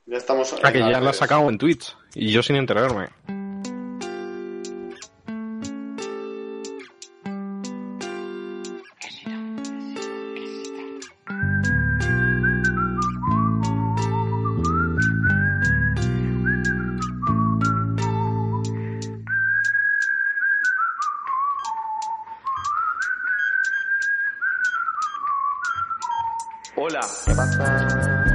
Ya estamos. Que ya la has sacado en Twitch y yo sin enterarme. Hola. ¿Qué pasa?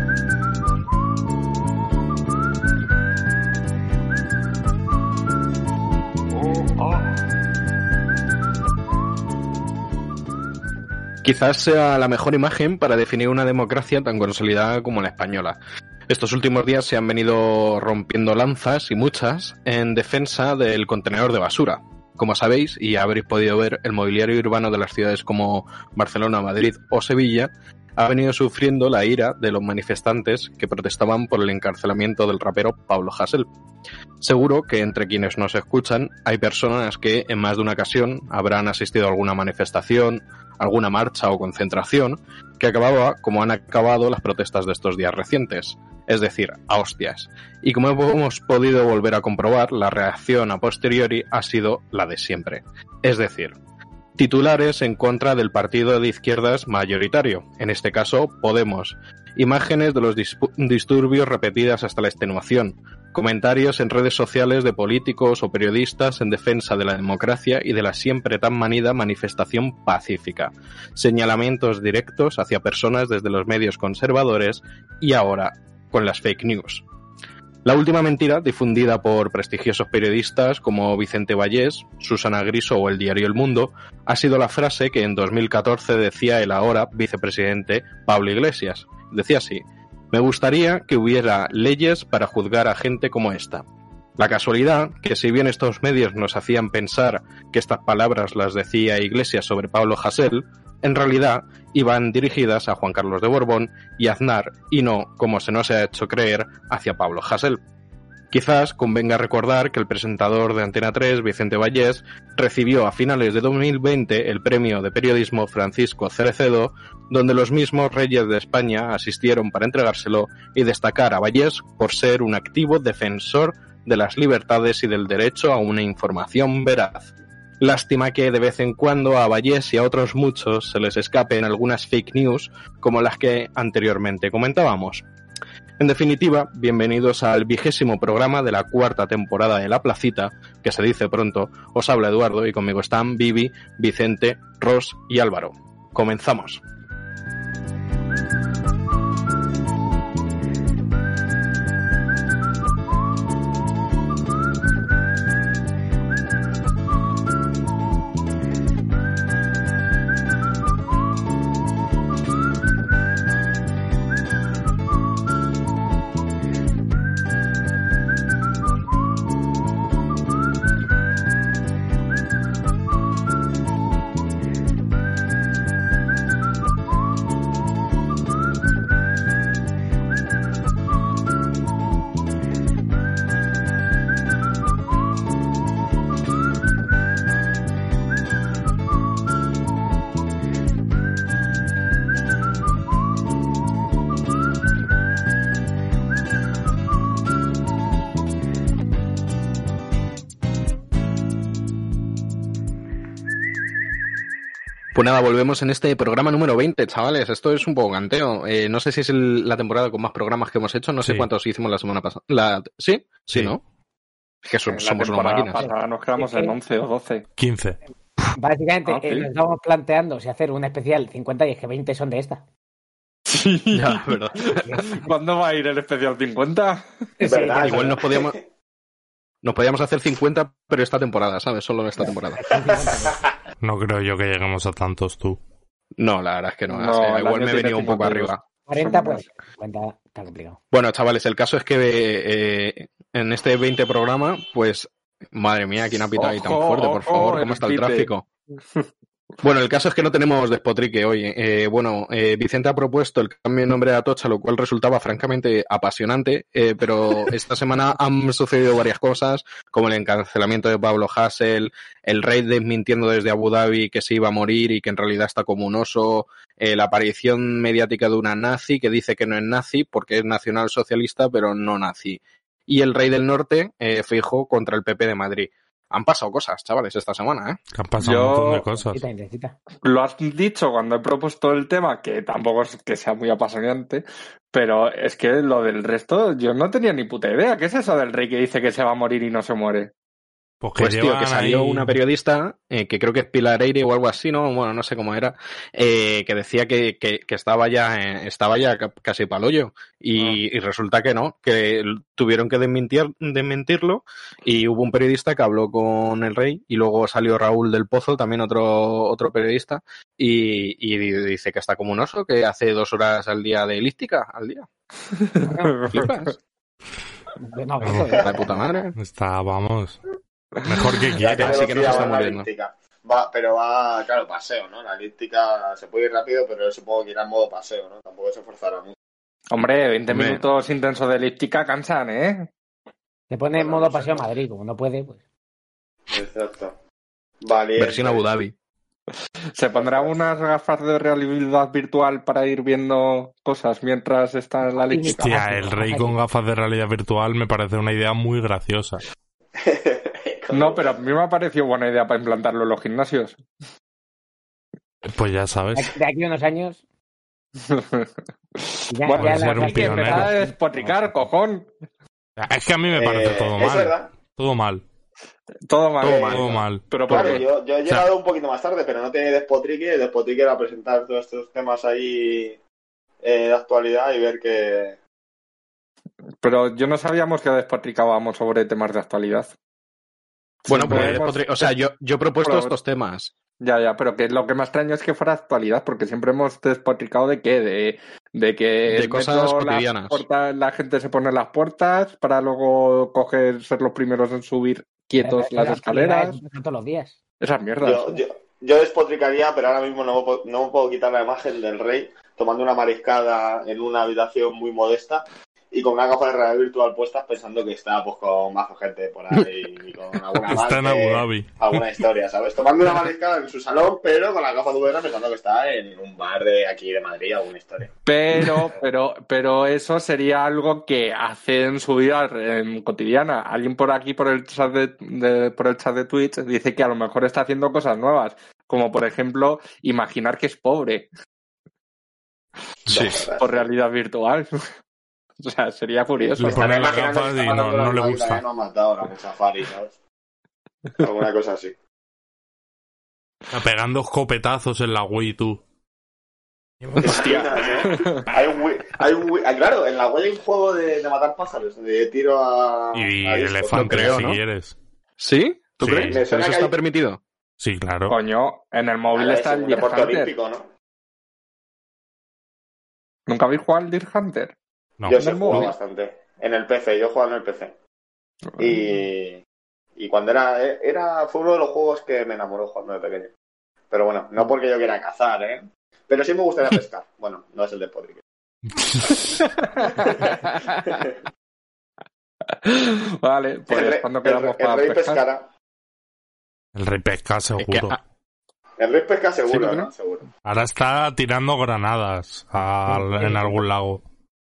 Quizás sea la mejor imagen para definir una democracia tan consolidada como la española. Estos últimos días se han venido rompiendo lanzas, y muchas, en defensa del contenedor de basura. Como sabéis, y habréis podido ver, el mobiliario urbano de las ciudades como Barcelona, Madrid o Sevilla ha venido sufriendo la ira de los manifestantes que protestaban por el encarcelamiento del rapero Pablo Hasél. Seguro que entre quienes nos escuchan hay personas que en más de una ocasión habrán asistido a alguna manifestación, alguna marcha o concentración que acababa como han acabado las protestas de estos días recientes, es decir, a hostias. Y como hemos podido volver a comprobar, la reacción a posteriori ha sido la de siempre, es decir, titulares en contra del partido de izquierdas mayoritario, en este caso Podemos, imágenes de los disturbios repetidas hasta la extenuación, comentarios en redes sociales de políticos o periodistas en defensa de la democracia y de la siempre tan manida manifestación pacífica, señalamientos directos hacia personas desde los medios conservadores y ahora con las fake news. La última mentira, difundida por prestigiosos periodistas como Vicente Vallés, Susana Griso o el diario El Mundo, ha sido la frase que en 2014 decía el ahora vicepresidente Pablo Iglesias. Decía así: me gustaría que hubiera leyes para juzgar a gente como esta. La casualidad, que si bien estos medios nos hacían pensar que estas palabras las decía Iglesias sobre Pablo Hasél, en realidad iban dirigidas a Juan Carlos de Borbón y Aznar, y no, como se nos ha hecho creer, hacia Pablo Hasél. Quizás convenga recordar que el presentador de Antena 3, Vicente Vallés, recibió a finales de 2020 el premio de periodismo Francisco Cerecedo, donde los mismos reyes de España asistieron para entregárselo y destacar a Vallés por ser un activo defensor de las libertades y del derecho a una información veraz. Lástima que de vez en cuando a Vallés y a otros muchos se les escapen algunas fake news como las que anteriormente comentábamos. En definitiva, bienvenidos al 20º programa de la 4ª temporada de La Placita, que se dice pronto. Os habla Eduardo y conmigo están Vivi, Vicente, Ros y Álvaro. Comenzamos. Pues nada, volvemos en este programa número 20, chavales. Esto es un poco canteo. No sé si es la temporada con más programas que hemos hecho. No sé cuántos hicimos la semana pasada. ¿Sí? Sí, ¿no? Es que somos unas máquinas. Nos quedamos en 11 o 12. 15. Básicamente, nos estamos planteando si hacer un especial 50 y es que 20 son de esta. Sí. Ya, verdad. ¿Cuándo va a ir el especial 50? Es verdad. Igual nos podíamos hacer 50, pero esta temporada, ¿sabes? Solo esta temporada. No creo yo que lleguemos a tantos, tú. No, la verdad es que no. Igual me he venido un poco arriba. 40, pues 50 está complicado. Bueno, chavales, el caso es que en este 20 programa, pues, madre mía, ¿quién ha pitado ahí tan fuerte? Por favor, ¿cómo está el tráfico? Bueno, el caso es que no tenemos despotrique hoy. Vicente ha propuesto el cambio de nombre de Atocha, lo cual resultaba francamente apasionante, pero esta semana han sucedido varias cosas, como el encarcelamiento de Pablo Hasél, el rey desmintiendo desde Abu Dhabi que se iba a morir y que en realidad está como un oso, la aparición mediática de una nazi que dice que no es nazi porque es nacionalsocialista, pero no nazi. Y el rey del norte, Feijóo, contra el PP de Madrid. Han pasado cosas, chavales, esta semana, ¿eh? Han pasado un montón de cosas. Lo has dicho cuando he propuesto el tema, que tampoco es que sea muy apasionante, pero es que lo del resto yo no tenía ni puta idea. ¿Qué es eso del rey que dice que se va a morir y no se muere? Pues tío, que salió una periodista, que creo que es Pilar Eire o algo así, ¿no? Bueno, no sé cómo era, que decía que estaba ya casi pa'l hoyo. Y resulta que no, que tuvieron que desmentirlo, y hubo un periodista que habló con el rey, y luego salió Raúl del Pozo, también otro periodista, y dice que está como un oso, que hace 2 horas al día de elíptica, al día. ¿Flipas? No, La puta madre. Está, vamos... Mejor que quiera, así que no se está muriendo. Pero va, claro, paseo, ¿no? La elíptica se puede ir rápido, pero supongo que irá en modo paseo, ¿no? Tampoco se esforzará mucho. Hombre, 20 minutos intensos de elíptica cansan, ¿eh? Se pone en modo paseo a Madrid, como no puede, pues. Exacto. Vale. Versión Abu Dhabi. ¿Se pondrá unas gafas de realidad virtual para ir viendo cosas mientras está en la elíptica? Hostia, el rey con gafas de realidad virtual me parece una idea muy graciosa. No, pero a mí me ha parecido buena idea para implantarlo en los gimnasios. Pues ya sabes. De aquí a unos años. Bueno, puede ser un hay que empezar a despotricar, cojón. Es que a mí me parece todo mal. Es verdad. Todo mal. Todo mal. Todo mal. Pero claro, yo he llegado un poquito más tarde, pero no tenía despotrique. Despotrique era presentar todos estos temas ahí de actualidad y ver que... Pero yo no sabíamos que despotricábamos sobre temas de actualidad. Bueno, pues yo he propuesto estos temas. Ya, pero que lo que me extraño es que fuera actualidad, porque siempre hemos despotricado de qué, de que de cosas cotidianas. La gente se pone en las puertas para luego ser los primeros en subir quietos las escaleras. Todos los días. Esas mierdas. Yo despotricaría, pero ahora mismo no me puedo quitar la imagen del rey tomando una mariscada en una habitación muy modesta y con una gafa de realidad virtual puestas pensando que está pues con más gente por ahí y con alguna está en Abu Dhabi. Alguna historia, ¿sabes? Tomando una mariscada en su salón, pero con la gafa de VR pensando que está en un bar de aquí de Madrid, alguna historia. Pero eso sería algo que hace en su vida cotidiana. Alguien por aquí, por el chat de Twitch, dice que a lo mejor está haciendo cosas nuevas, como por ejemplo, imaginar que es pobre. Sí. Por realidad virtual. O sea, sería curioso. Le pone las gafas y no le gusta. No ha matado a un safari, ¿sabes? Alguna cosa así. Pegando escopetazos en la Wii, tú. Hostia, ¿no? Claro, en la Wii hay un juego de matar pájaros, de tiro a... Y a elefantes, creo, si ¿no? quieres. ¿Sí? ¿Tú Sí. crees? ¿Pero eso está permitido? Sí, claro. Coño, en el móvil está el Deer deporte Hunter. olímpico, ¿no? ¿Nunca habéis jugado al Deer Hunter? No. Yo sí he ¿En el jugado móvil? bastante. En el PC, yo jugaba en el PC. Y cuando fue uno de los juegos que me enamoró jugando de pequeño. Pero bueno, no porque yo quiera cazar, ¿eh? Pero sí me gustaría pescar. Bueno, no es el de Podrick. Vale, pues cuando quedamos para el rey pescar. pescará. El rey pesca, seguro. El rey pesca seguro, Sí, ¿no? Seguro. Ahora está tirando granadas en algún lago.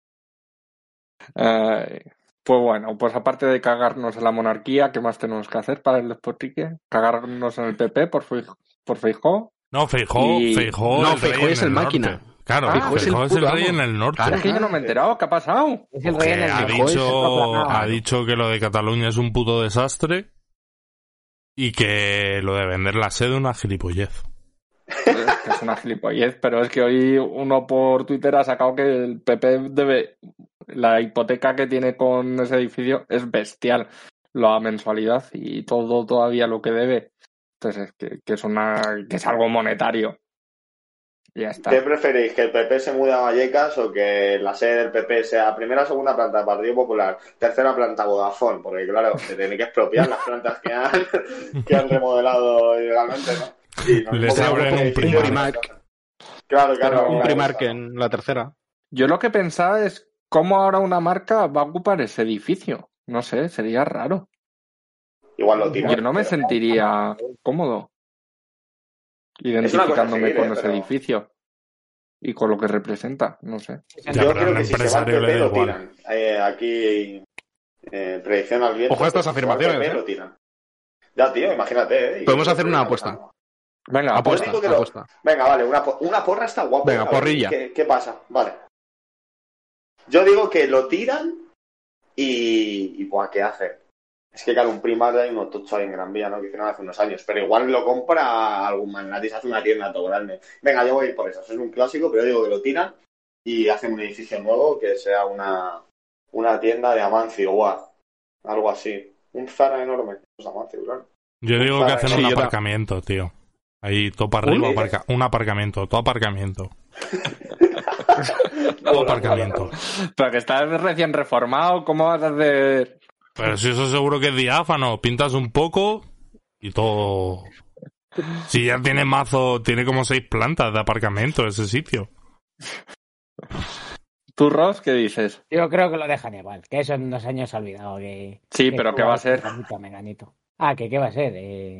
Pues bueno, pues aparte de cagarnos en la monarquía, ¿qué más tenemos que hacer para el despotrique? Cagarnos en el PP por Feijóo. No, Feijóo No, Feijóo es el máquina. Claro, Feijóo es el rey en el norte. Es que yo no me he enterado, ¿qué ha pasado? Es el rey en el ha dicho que lo de Cataluña es un puto desastre y que lo de vender la sede es una gilipollez. Es una gilipollez, pero es que hoy uno por Twitter ha sacado que el PP debe... La hipoteca que tiene con ese edificio es bestial. La mensualidad y todo todavía lo que debe. Entonces, que es algo monetario. Y ya está. ¿Qué preferís? ¿Que el PP se mude a Vallecas o que la sede del PP sea primera o segunda planta Partido Popular, tercera planta Vodafone? Porque claro, se tiene que expropiar las plantas que han remodelado ilegalmente, ¿no? Sí, ¿no? Les abren un Primark. Claro. Un Primark en la tercera. Yo lo que pensaba es cómo ahora una marca va a ocupar ese edificio. No sé, sería raro. Igual lo tiran. Yo no me sentiría cómodo Es una cosa a identificándome seguir, con ese pero- edificio y con lo que representa, no sé. Ya, Yo pero creo al que si se va el empresario le PP da lo igual. tiran. Aquí, predicción al viento. Ojo a estas si se va el afirmaciones, PP, lo tiran. Ya, tío, imagínate, ¿eh? Podemos hacer una apuesta. Venga, Apuesta, Yo digo que lo- apuesta. Venga, vale, una porra está guapo. Venga, A ver, porrilla. ¿Qué pasa? Vale. Yo digo que lo tiran y buah, ¿qué hacen? Es que claro, un Primark hay uno tocho ahí en Gran Vía, ¿no? Que hicieron hace unos años, pero igual lo compra algún magnate y se hace una tienda todo grande. Venga, yo voy a ir por eso. Es un clásico, pero yo digo que lo tiran y hacen un edificio nuevo que sea una tienda de Amancio, guau. Algo así. Un Zara enorme. Pues Amancio, claro. Yo digo que hacen Sí, un yo aparcamiento, tío. Ahí, todo para arriba, ¿Un? un aparcamiento, todo aparcamiento. Todo aparcamiento. pero que estás recién reformado, ¿cómo vas a hacer? Pero si eso seguro que es diáfano, pintas un poco y todo... Si ya tiene mazo, tiene como 6 plantas de aparcamiento ese sitio. ¿Tú, Ross, qué dices? Yo creo que lo dejan igual, que eso en 2 años se ha olvidado. Sí, pero ¿qué va a ser? Menganito. Ah, ¿qué va a ser?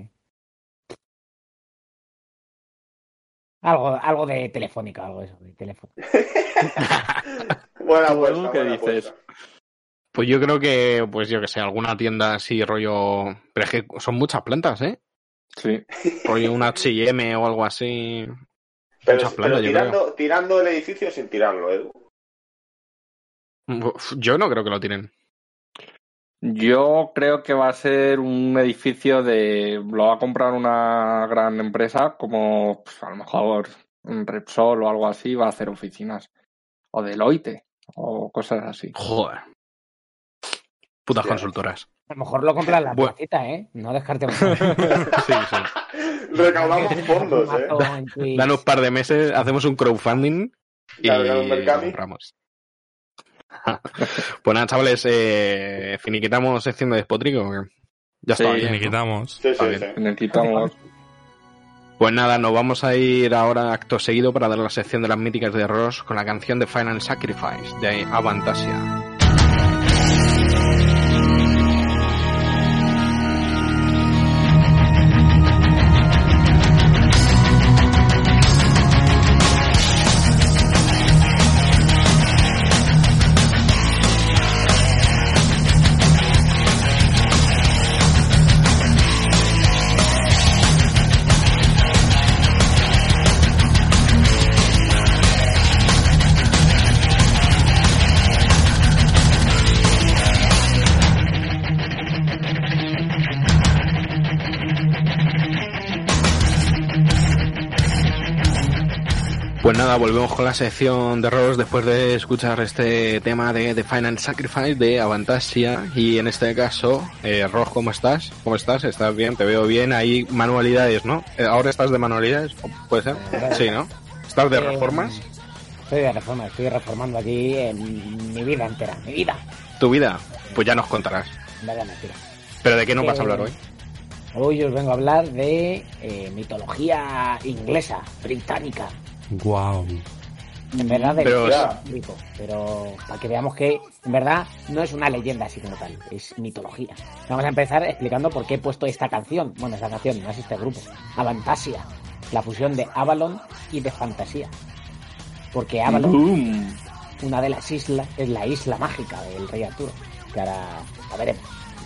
Algo de Telefónica, algo de eso, de teléfono. Buena ¿Tú, apuesta, qué buena dices? apuesta. Pues yo creo que, pues yo que sé, alguna tienda así, rollo... Pero es que son muchas plantas, ¿eh? Sí. Rollo un H&M o algo así. Pero Muchas plantas, yo tirando el edificio sin tirarlo, Edu. Uf, yo no creo que lo tienen. Yo creo que va a ser un edificio lo va a comprar una gran empresa como pues, a lo mejor un Repsol o algo así, va a hacer oficinas. O Deloitte o cosas así. Joder. Putas Hostia. Consultoras. A lo mejor lo compran la Bueno. placita, ¿eh? No descartemos. Sí, sí. Recaudamos fondos, ¿eh? Danos un par de meses, hacemos un crowdfunding y Claro, un Mercami. compramos. Pues nada, chavales, finiquitamos sección de Despotrico. Ya Sí, está bien, ¿no? Finiquitamos. Sí, Está sí, bien. sí. Necesitamos. Pues nada, nos vamos a ir ahora acto seguido para dar la sección de las míticas de Ross con la canción de Final Sacrifice de Avantasia. Pues nada, volvemos con la sección de Ross después de escuchar este tema de The Final Sacrifice de Avantasia. Y en este caso, Ross, ¿cómo estás? ¿Cómo estás? ¿Estás bien? Te veo bien. Hay manualidades, ¿no? ¿Ahora estás de manualidades? ¿Puede ser? Sí, ¿no? ¿Estás de reformas? Estoy de reforma, estoy reformando aquí en mi vida entera. Mi vida. ¿Tu vida? Pues ya nos contarás. Vaya mentira. ¿Pero de qué nos vas a hablar hoy? Hoy os vengo a hablar de mitología inglesa, británica. Guau. En verdad del Pero- rico, pero para que veamos que en verdad no es una leyenda así como tal, es mitología. Vamos a empezar explicando por qué he puesto esta canción. Bueno, esta canción, no es este grupo. Avantasia, la fusión de Avalon y de fantasía. Porque Avalon, Boom. una de las islas, es la isla mágica del Rey Arturo, que ahora la veremos.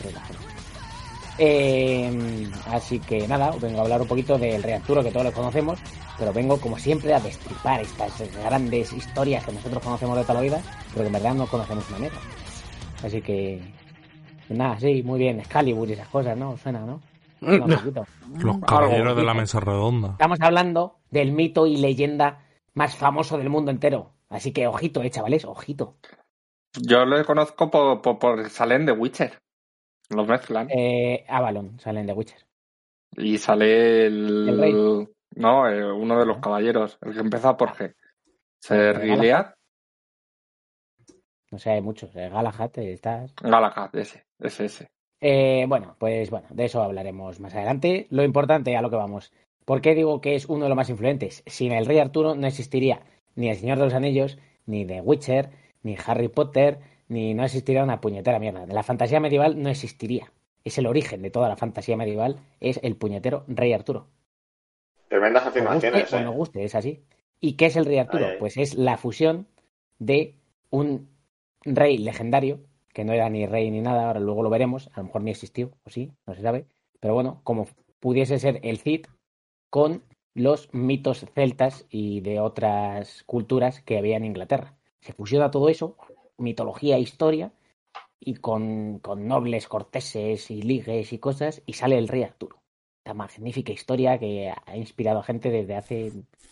Así que nada, os vengo a hablar un poquito del Rey Arturo, que todos lo conocemos, pero vengo como siempre a destripar estas grandes historias que nosotros conocemos de toda la vida, pero que en verdad no conocemos una mierda. Así que nada, sí, muy bien, Excalibur y esas cosas, ¿no? Suena, ¿no? Suena un poquito. Los caballeros de la mesa redonda. Estamos hablando del mito y leyenda más famoso del mundo entero. Así que ojito, chavales, ojito. Yo lo conozco por salen de Witcher. Los mezclan. Avalon, salen de Witcher. Y sale El rey. No, uno de los caballeros, el que empieza por G. Ser Gilead, No sé, hay muchos. Galahad, estás. Galahad, ese. Bueno, de eso hablaremos más adelante. Lo importante, a lo que vamos. ¿Por qué digo que es uno de los más influyentes? Sin el Rey Arturo no existiría ni El Señor de los Anillos, ni The Witcher, ni Harry Potter, ni no existiría una puñetera mierda. La fantasía medieval no existiría. Es el origen de toda la fantasía medieval, es el puñetero Rey Arturo. Tremendas Os guste afirmaciones, o no guste, es así. ¿Y qué es el Rey Arturo? Ay, ay. Pues es la fusión de un rey legendario, que no era ni rey ni nada, ahora luego lo veremos, a lo mejor ni existió, o sí, no se sabe, pero bueno, como pudiese ser el Cid con los mitos celtas y de otras culturas que había en Inglaterra. Se fusiona todo eso, mitología e historia, y con nobles corteses y ligues y cosas, y sale el Rey Arturo. Esta magnífica historia que ha inspirado a gente desde hace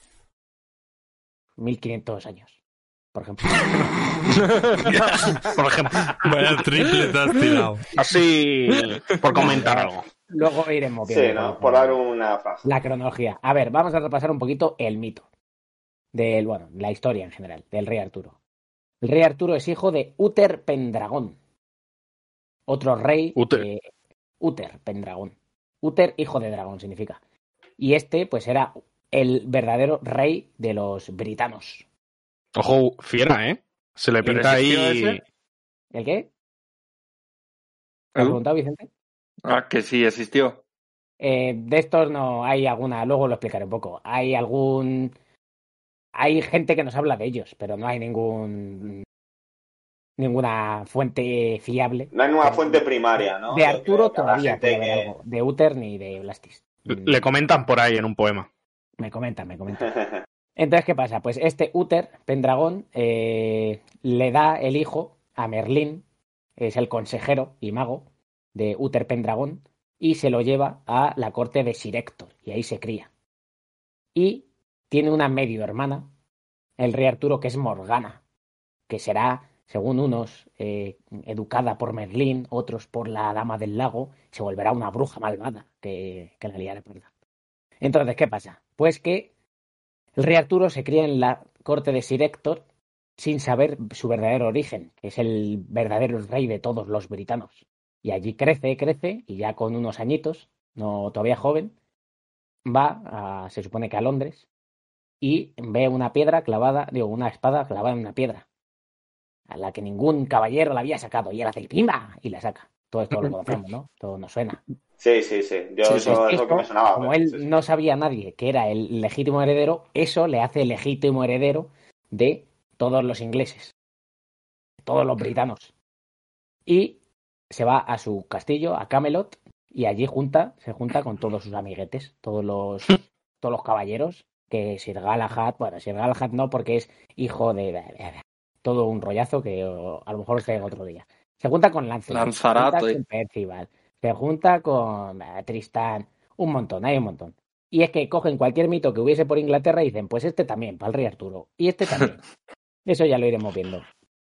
1500 años, por ejemplo. Por ejemplo. Vaya triple te has tirado. Así, por comentar algo. Luego iremos viendo. Sí, ¿no? Por dar una frase. La cronología. A ver, vamos a repasar un poquito el mito. Bueno, la historia en general, del Rey Arturo. El Rey Arturo es hijo de Uther Pendragón. Otro rey. Uther. Uther Pendragón. Uther, hijo de dragón, significa. Y este, pues, era el verdadero rey de los britanos. Ojo, fiera, ¿eh? Se le ¿Pero pinta existió ahí. ese? ¿El qué? ¿Te has preguntado, Vicente? Ah, que sí existió. De estos no hay alguna, luego lo explicaré un poco. Hay gente que nos habla de ellos, pero no hay ninguna fuente fiable. No hay una fuente primaria, ¿no? De Arturo Que habrá todavía gente puede haber algo. De Uther ni de Blastis. Le comentan por ahí en un poema. Me comentan. Entonces, ¿qué pasa? Pues este Uther Pendragón le da el hijo a Merlín, es el consejero y mago de Uther Pendragón, y se lo lleva a la corte de Sir Héctor, y ahí se cría. Y tiene una medio hermana, el rey Arturo, que es Morgana, que será, según unos, educada por Merlín, otros por la Dama del Lago, se volverá una bruja malvada que la liará parda. Entonces, ¿qué pasa? Pues que el rey Arturo se cría en la corte de Sir Héctor sin saber su verdadero origen, que es el verdadero rey de todos los britanos. Y allí crece, y ya con unos añitos, no todavía joven, se supone que a Londres, y ve una una espada clavada en una piedra, a la que ningún caballero la había sacado, y él hace ¡pimba! Y la saca. Todo esto lo conocemos, ¿no? Todo nos suena. Sí. Yo Sí, eso es lo que me sonaba. Como pero él sí. no sabía nadie que era el legítimo heredero, eso le hace legítimo heredero de todos los ingleses, todos los britanos. Y se va a su castillo, a Camelot, y allí se junta con todos sus amiguetes, todos los caballeros, que Sir Galahad no, porque es hijo de todo un rollazo que a lo mejor os traigo otro día. Se junta con Lancelot, Lanzarote. se junta con Percival, se junta con Tristán, hay un montón. Y es que cogen cualquier mito que hubiese por Inglaterra y dicen, pues este también, para el rey Arturo, y este también. Eso ya lo iremos viendo.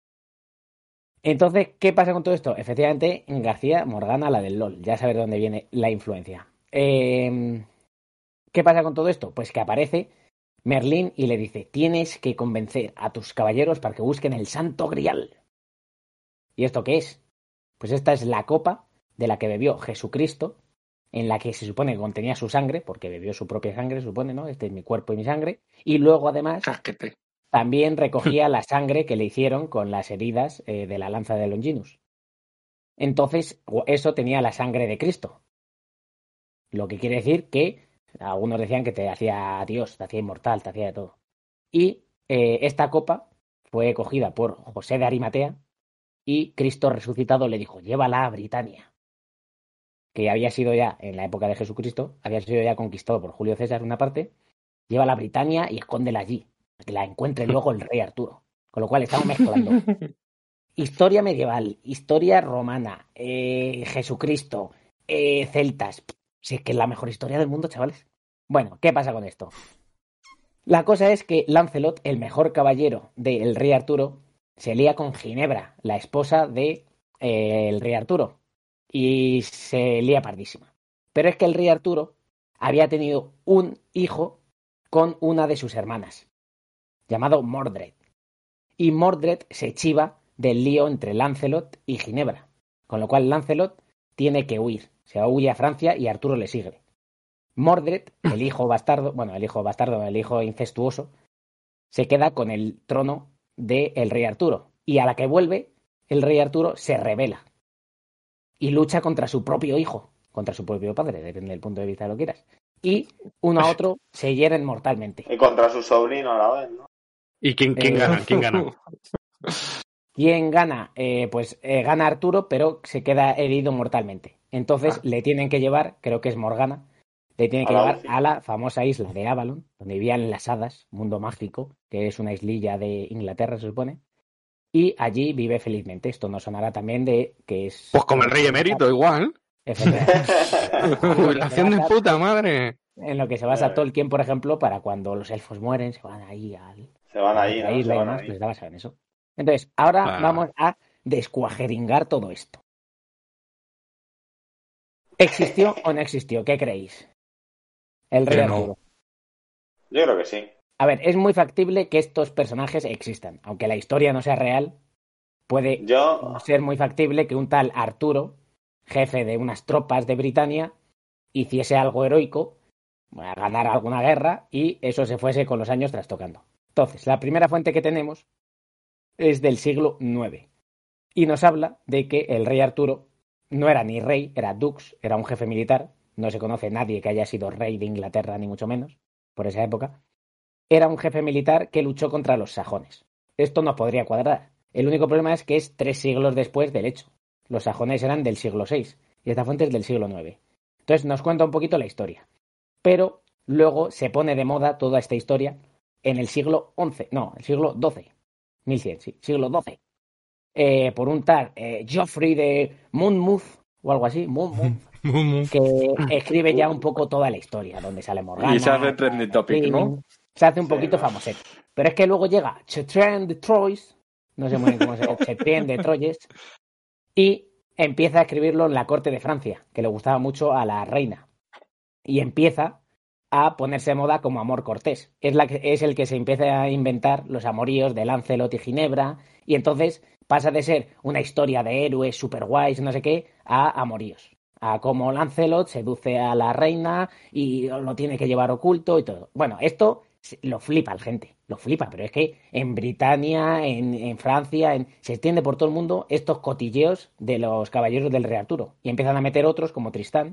Entonces, ¿qué pasa con todo esto? Efectivamente, García Morgana, la del LOL, ya sabes de dónde viene la influencia. ¿Qué pasa con todo esto? Pues que aparece Merlín y le dice, tienes que convencer a tus caballeros para que busquen el Santo Grial. ¿Y esto qué es? Pues esta es la copa de la que bebió Jesucristo, en la que se supone que contenía su sangre, porque bebió su propia sangre, se supone, ¿no? Este es mi cuerpo y mi sangre. Y luego, además, Casquete. también recogía la sangre que le hicieron con las heridas de la lanza de Longinus. Entonces, eso tenía la sangre de Cristo. Lo que quiere decir que algunos decían que te hacía Dios, te hacía inmortal, te hacía de todo. Y esta copa fue cogida por José de Arimatea y Cristo resucitado le dijo, llévala a Britania. Que había sido ya, en la época de Jesucristo, había sido ya conquistado por Julio César una parte, llévala a Britania y escóndela allí. Que la encuentre luego el rey Arturo. Con lo cual estamos mezclando historia medieval, historia romana, Jesucristo, celtas. Si es que es la mejor historia del mundo, chavales. Bueno, ¿qué pasa con esto? La cosa es que Lancelot, el mejor caballero del rey Arturo, se lía con Ginebra, la esposa de el rey Arturo. Y se lía pardísima. Pero es que el rey Arturo había tenido un hijo con una de sus hermanas, llamado Mordred. Y Mordred se chiva del lío entre Lancelot y Ginebra, con lo cual Lancelot tiene que huir. Se huye a Francia y Arturo le sigue. Mordred, el hijo bastardo, el hijo incestuoso, se queda con el trono del rey Arturo. Y a la que vuelve, el rey Arturo se rebela y lucha contra su propio hijo, contra su propio padre, depende del punto de vista de lo que quieras. Y uno a otro se hieren mortalmente. Y contra su sobrino a la vez, ¿no? ¿Y quién gana? ¿Quién gana? ¿Quién gana? Gana Arturo, pero se queda herido mortalmente. Entonces le tienen que llevar, creo que es Morgana, le tienen que llevar a la famosa isla de Avalon, donde vivían las hadas, mundo mágico, que es una islilla de Inglaterra, se supone. Y allí vive felizmente. Esto nos sonará también de que es... Pues como el rey emérito, igual. Jubilación de puta madre. En lo que se basa Tolkien, por ejemplo, para cuando los elfos mueren, se van ahí Se van ahí, a ¿no? isla y demás, pues está basado en eso. Entonces, ahora vamos a descuajeringar todo esto. ¿Existió o no existió? ¿Qué creéis? El rey Arturo. Yo creo que sí. A ver, es muy factible que estos personajes existan. Aunque la historia no sea real, puede ser muy factible que un tal Arturo, jefe de unas tropas de Britania, hiciese algo heroico, ganar alguna guerra, y eso se fuese con los años trastocando. Entonces, la primera fuente que tenemos es del siglo IX. Y nos habla de que el rey Arturo no era ni rey, era dux, era un jefe militar. No se conoce nadie que haya sido rey de Inglaterra, ni mucho menos, por esa época. Era un jefe militar que luchó contra los sajones. Esto nos podría cuadrar. El único problema es que es 3 siglos después del hecho. Los sajones eran del siglo VI y esta fuente es del siglo IX. Entonces nos cuenta un poquito la historia. Pero luego se pone de moda toda esta historia en el siglo XI. No, el siglo XII. 1100, sí, siglo XII. Por un tal Geoffrey de Monmouth o algo así, que escribe ya un poco toda la historia, donde sale Morgana. Y se hace trending topic, ¿no? Se hace un poquito famoset. Pero es que luego llega Chetren de Troyes, no sé muy bien cómo se llama, Chetren de Troyes, y empieza a escribirlo en la corte de Francia, que le gustaba mucho a la reina. Y empieza a ponerse de moda como amor cortés. Es el que se empieza a inventar los amoríos de Lancelot y Ginebra, y entonces pasa de ser una historia de héroes super guays, no sé qué, a amoríos. A cómo Lancelot seduce a la reina y lo tiene que llevar oculto y todo. Bueno, esto lo flipa la gente, lo flipa, pero es que en Britania, en Francia, se extiende por todo el mundo estos cotilleos de los caballeros del rey Arturo. Y empiezan a meter otros como Tristán.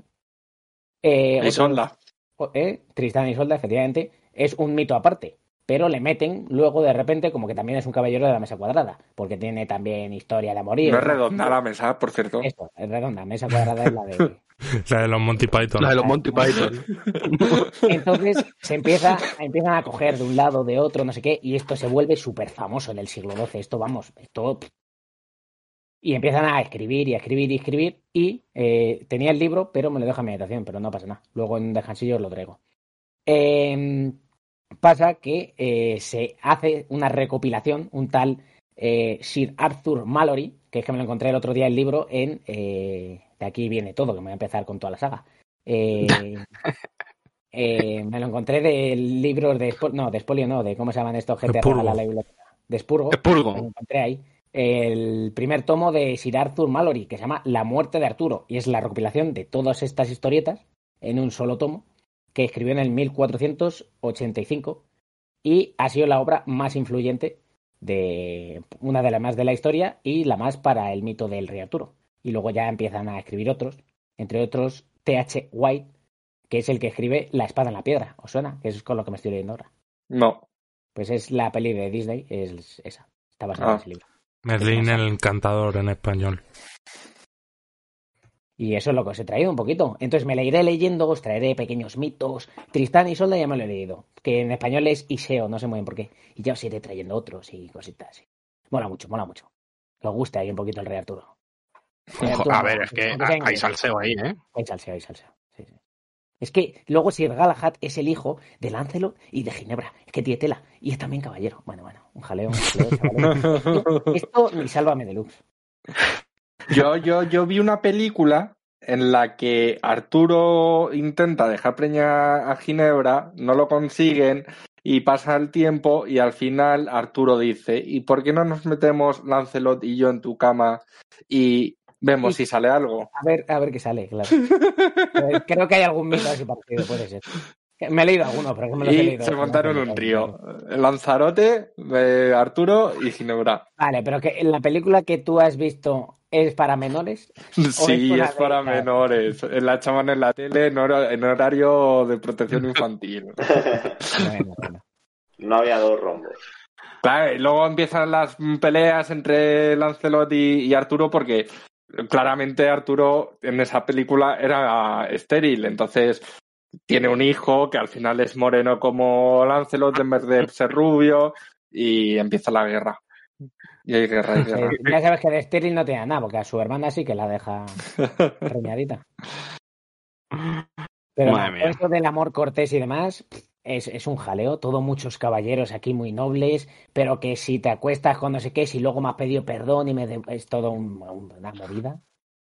Isolda. Tristán y Isolda, efectivamente, es un mito aparte. Pero le meten luego de repente como que también es un caballero de la mesa cuadrada, porque tiene también historia de amoríos. No es redonda la mesa, por cierto. Esto, es redonda, mesa cuadrada es la de... La de los Monty Python. La de los Monty Python. Entonces empiezan a coger de un lado, de otro, no sé qué, y esto se vuelve súper famoso en el siglo XII. Esto... Y empiezan a escribir y a escribir y a escribir, y tenía el libro, pero me lo deja en mi habitación, pero no pasa nada. Luego en un descansillo os lo traigo. Pasa que se hace una recopilación, un tal Sir Arthur Malory, que es que me lo encontré el otro día el libro en... de aquí viene todo, que me voy a empezar con toda la saga. Me lo encontré del libro de Expolio no, de cómo se llaman estos que te regala la biblioteca. De Expurgo. Me lo encontré ahí. El primer tomo de Sir Arthur Malory, que se llama La muerte de Arturo, y es la recopilación de todas estas historietas en un solo tomo, que escribió en el 1485 y ha sido la obra más influyente de una de las más de la historia y la más para el mito del rey Arturo. Y luego ya empiezan a escribir otros, entre otros T.H. White, que es el que escribe La espada en la piedra. ¿Os suena? Que es con lo que me estoy leyendo ahora. No. Pues es la peli de Disney, es esa. Está basada en ese libro. Merlín el encantador en español. Y eso es lo que os he traído un poquito. Entonces me la iré leyendo, os traeré pequeños mitos. Tristán y Isolda ya me lo he leído. Que en español es Iseo, no sé muy bien por qué. Y ya os iré trayendo otros y cositas. Sí. Mola mucho, mola mucho. Que os guste ahí un poquito el Rey Arturo. A ver, es que hay salseo ahí, ¿eh? Hay salseo. Sí. Es que luego Sir Galahad es el hijo de Lancelot y de Ginebra. Es que tiene tela. Y es también caballero. Bueno, un jaleo, Esto ni Sálvame Deluxe. Yo vi una película en la que Arturo intenta dejar preñar a Ginebra, no lo consiguen y pasa el tiempo y al final Arturo dice: ¿y por qué no nos metemos Lancelot y yo en tu cama y Vemos si sale algo. A ver qué sale, claro. Creo que hay algún mito así parecido, puede ser. Me he leído algunos, pero que me los he Y leído. se montaron un trío. Lanzarote, Arturo y Ginebra. Vale, pero que la película que tú has visto es para menores. Sí, una es para de- menores. La echaban en la tele en horario de protección infantil. Bueno. No había dos rombos. Claro, y luego empiezan las peleas entre Lancelot y Arturo porque claramente Arturo en esa película era estéril, entonces tiene un hijo que al final es moreno como Lancelot en vez de ser rubio y empieza la guerra. Y hay guerra, Ya sabes que de estéril no tiene nada, porque a su hermana sí que la deja reñadita. Pero Madre no, mía. esto del amor cortés y demás es un jaleo. Todo muchos caballeros aquí muy nobles, pero que si te acuestas con no sé qué, si luego me has pedido perdón es todo una movida.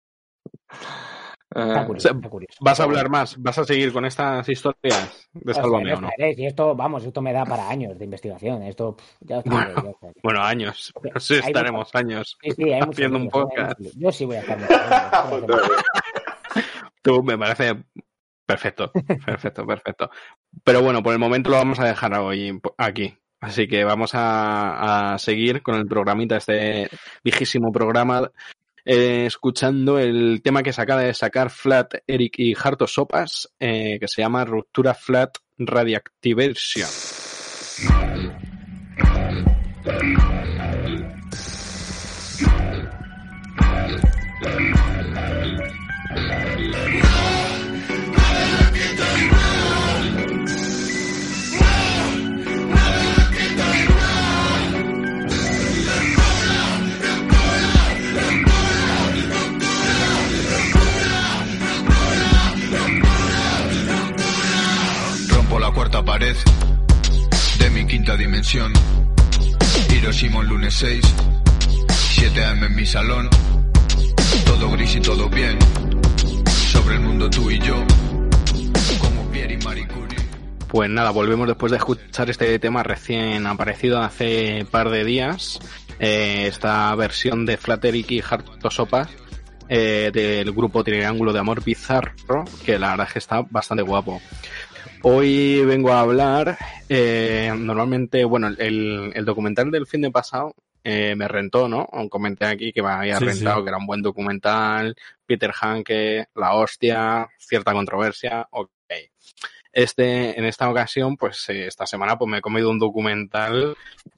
Está curioso, está curioso. ¿Vas a hablar más? ¿Vas a seguir con estas historias de Sálvame o no? Y esto me da para años de investigación. Esto, ya os Bueno, diré, ya os diré. bueno, años. No sé, estaremos años Sí, hay muchos haciendo un libros, podcast. Yo sí voy a estar mucho. Tú, me parece perfecto. Pero bueno, por el momento lo vamos a dejar hoy aquí. Así que vamos a seguir con el programita, este viejísimo programa, escuchando el tema que se acaba de sacar Flat Eric y Harto Sopas, que se llama Ruptura Flat Radioactivation. Rompo la cuarta pared de mi quinta dimensión. Hiroshima un lunes 6, 7 AM en mi salón. Todo gris y todo bien. Sobre el mundo tú y yo, como Pierre y Marie Curie. Pues nada, volvemos después de escuchar este tema recién aparecido hace par de días. Esta versión de Flat Eric y Harto Sopas, del grupo Triángulo de Amor Bizarro, que la verdad es que está bastante guapo. Hoy vengo a hablar, normalmente, bueno, el documental del fin de pasado me rentó, ¿no? Comenté aquí que me había rentado, que era un buen documental, Peter Hanke, la hostia, cierta controversia, ok. En esta ocasión, pues esta semana pues me he comido un documental,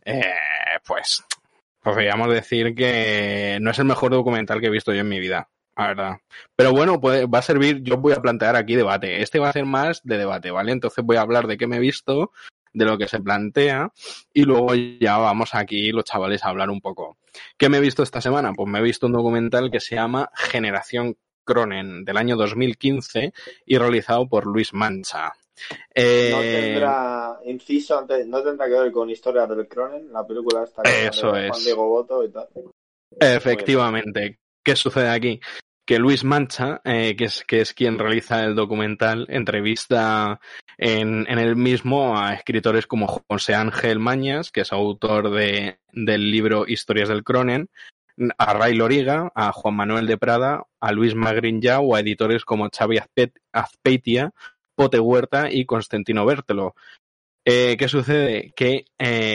pues podríamos decir que no es el mejor documental que he visto yo en mi vida, la verdad. Pero bueno, va a servir, yo voy a plantear aquí debate. Este va a ser más de debate, ¿vale? Entonces voy a hablar de qué me he visto, de lo que se plantea, y luego ya vamos aquí los chavales a hablar un poco. ¿Qué me he visto esta semana? Pues me he visto un documental que se llama Generación Cronen, del año 2015, y realizado por Luis Mancha. No tendrá inciso antes, no tendrá que ver con Historias del Cronen, la película esta que Eso de es. Juan Diego Boto y tal. Efectivamente. ¿Qué sucede aquí? Que Luis Mancha, que es quien realiza el documental, entrevista en el mismo a escritores como José Ángel Mañas, que es autor del libro Historias del Cronen, a Ray Loriga, a Juan Manuel de Prada, a Luis Magriñá o a editores como Xavi Azpeitia, Pote Huerta y Constantino Bertelo. ¿Qué sucede? Que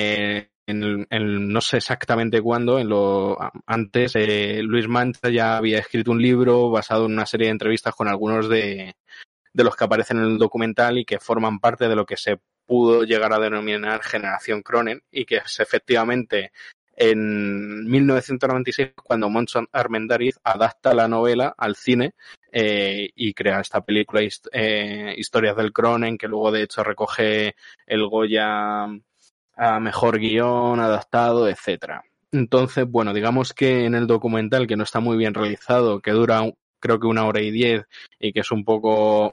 no sé exactamente cuándo, antes Luis Mancha ya había escrito un libro basado en una serie de entrevistas con algunos de los que aparecen en el documental y que forman parte de lo que se pudo llegar a denominar Generación Cronen, y que es efectivamente en 1996 cuando Moncho Armendáriz adapta la novela al cine y crea esta película Historias del Cronen, que luego de hecho recoge el Goya a mejor guión, adaptado, etcétera. Entonces, bueno, digamos que en el documental, que no está muy bien realizado, que dura creo que 1 hora y 10 y que es un poco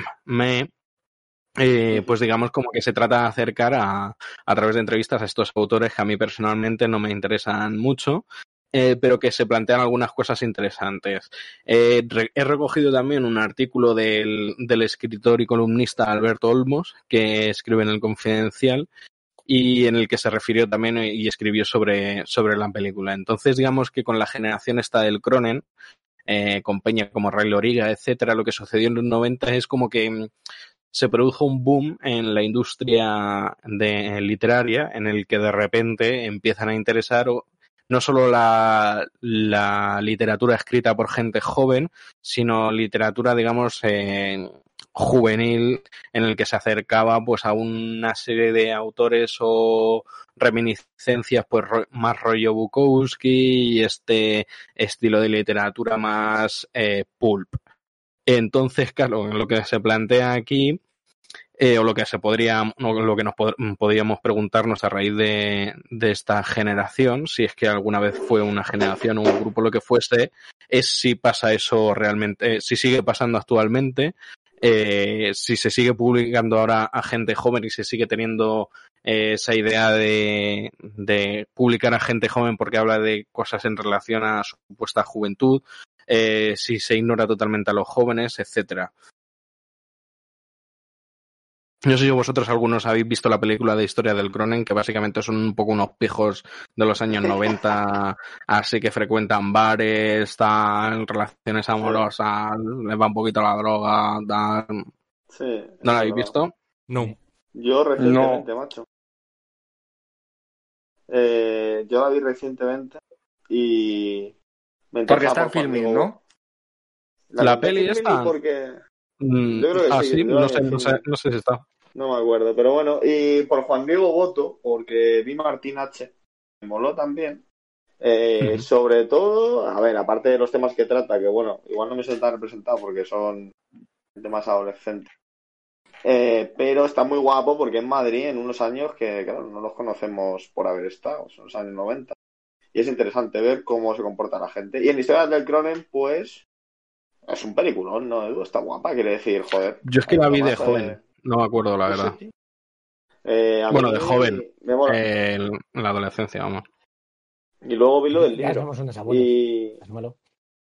pues digamos como que se trata de acercar a través de entrevistas a estos autores que a mí personalmente no me interesan mucho, pero que se plantean algunas cosas interesantes. He recogido también un artículo del escritor y columnista Alberto Olmos, que escribe en El Confidencial, y en el que se refirió también y escribió sobre la película. Entonces, digamos que con la generación esta del Cronen, con peña como Ray Loriga, etcétera, lo que sucedió en los 90 es como que se produjo un boom en la industria literaria en el que de repente empiezan a interesar no solo la literatura escrita por gente joven, sino literatura, digamos, juvenil, en el que se acercaba pues a una serie de autores o reminiscencias pues más rollo Bukowski y este estilo de literatura más pulp. Entonces, claro, lo que se plantea aquí, o lo que lo que nos podríamos preguntarnos a raíz de esta generación, si es que alguna vez fue una generación o un grupo lo que fuese, es si pasa eso realmente, si sigue pasando actualmente, si se sigue publicando ahora a gente joven y se sigue teniendo esa idea de publicar a gente joven porque habla de cosas en relación a su supuesta juventud, si se ignora totalmente a los jóvenes, etcétera. No sé si vosotros algunos habéis visto la película de Historia del Cronen, que básicamente son un poco unos pijos de los años 90, así que frecuentan bares, están relaciones amorosas, les va un poquito la droga, tal. Sí. ¿No la habéis visto? No. Yo recientemente, macho. Yo la vi recientemente y me Porque interesaba está en Filmin, ¿no? La peli está. Porque... Yo creo que sí, no sé si está. No me acuerdo, pero bueno, y por Juan Diego Boto, porque vi Martín H, me moló también. Sobre todo, a ver, aparte de los temas que trata, que bueno, igual no me siento tan representado porque son temas adolescentes. Pero está muy guapo porque en Madrid, en unos años que, claro, no los conocemos por haber estado, son los años 90. Y es interesante ver cómo se comporta la gente. Y en Historias del Cronen, pues, es un peliculón, ¿no, Edu? Está guapa, quiere decir, joder. Yo es que la vi de joven, no me acuerdo, la verdad. Bueno, de joven, en la adolescencia, vamos. Y luego vi lo del Ya libro. somos unos abuelos. Es malo.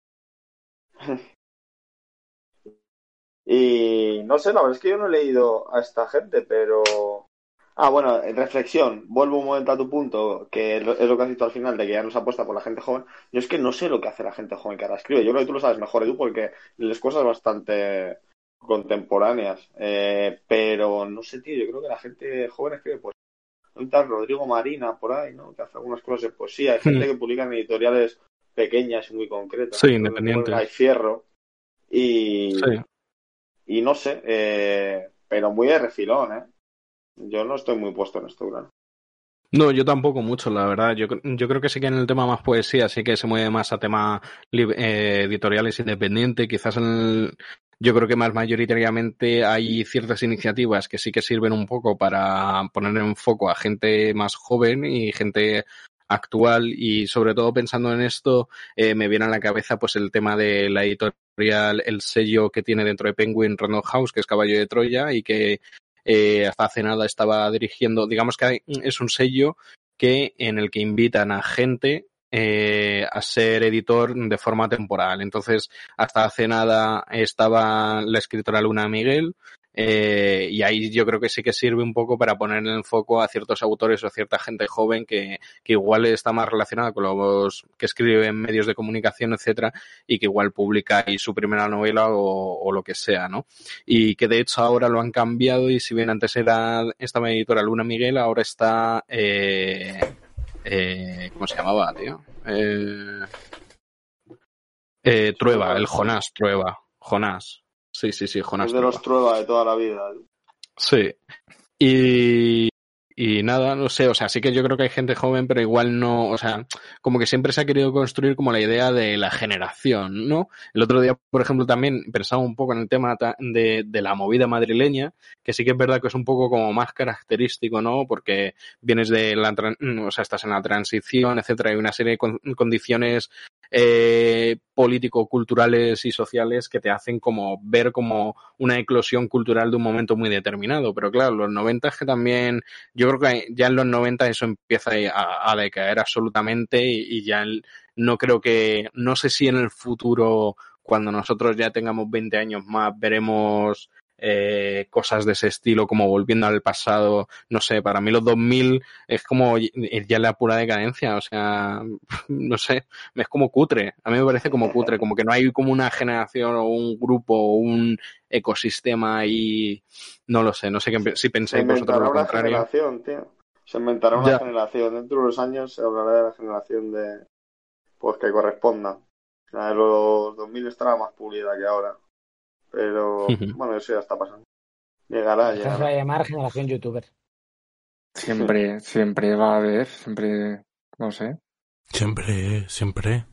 Y no sé, la verdad es que yo no he leído a esta gente, pero... Ah, bueno, reflexión. Vuelvo un momento a tu punto, que es lo que has dicho al final, de que ya no se apuesta por la gente joven. Yo es que no sé lo que hace la gente joven que ahora escribe. Yo creo que tú lo sabes mejor, Edu, porque lees cosas bastante contemporáneas. Pero no sé, tío, yo creo que la gente joven escribe, pues, un tal Rodrigo Marina por ahí, ¿no? Que hace algunas cosas de poesía. Hay gente que publica en editoriales pequeñas y muy concretas. Sí, independientes. Hay Fierro. Y no sé, pero muy de refilón, ¿eh? Yo no estoy muy puesto en esto, claro. No, yo tampoco mucho, la verdad. Yo creo que sí que en el tema más poesía sí que se mueve más a temas editoriales independientes. Quizás yo creo que más mayoritariamente hay ciertas iniciativas que sí que sirven un poco para poner en foco a gente más joven y gente actual, y sobre todo pensando en esto me viene a la cabeza pues el tema de la editorial, el sello que tiene dentro de Penguin Random House, que es Caballo de Troya, y que hasta hace nada estaba dirigiendo, digamos que es un sello en el que invitan a gente a ser editor de forma temporal. Entonces, hasta hace nada estaba la escritora Luna Miguel, y ahí yo creo que sí que sirve un poco para poner en el foco a ciertos autores o a cierta gente joven que igual está más relacionada con los que escriben medios de comunicación, etcétera, y que igual publica ahí su primera novela o lo que sea, ¿no? Y que de hecho ahora lo han cambiado, y si bien antes estaba editora Luna Miguel, ahora está ¿cómo se llamaba, tío? Trueba, el Jonás Trueba. Jonás. Sí, Jonás. Es de los Trueba de toda la vida. Sí. Y nada, no sé, o sea, sí que yo creo que hay gente joven, pero igual no, o sea, como que siempre se ha querido construir como la idea de la generación, ¿no? El otro día, por ejemplo, también pensaba un poco en el tema de la movida madrileña, que sí que es verdad que es un poco como más característico, ¿no? Porque vienes o sea, estás en la transición, etcétera, hay una serie de condiciones político-culturales y sociales que te hacen como ver como una eclosión cultural de un momento muy determinado. Pero claro, los 90 es que también, yo creo que ya en los 90 eso empieza a decaer absolutamente, y ya no creo que, no sé si en el futuro, cuando nosotros ya tengamos 20 años más, veremos cosas de ese estilo, como volviendo al pasado. No sé, para mí los 2000 es como ya la pura decadencia, o sea, no sé, es como cutre. A mí me parece como cutre, como que no hay como una generación o un grupo o un ecosistema y no lo sé, no sé si pensáis vosotros lo contrario. Generación, tío. Se inventará una generación. Dentro de unos años se hablará de la generación de pues que corresponda. La de los 2000 estará más pulida que ahora. Pero bueno, eso ya está pasando. Llegará. Esto se va a llamar generación youtuber. Siempre va a haber, siempre, no sé. Siempre. Siempre.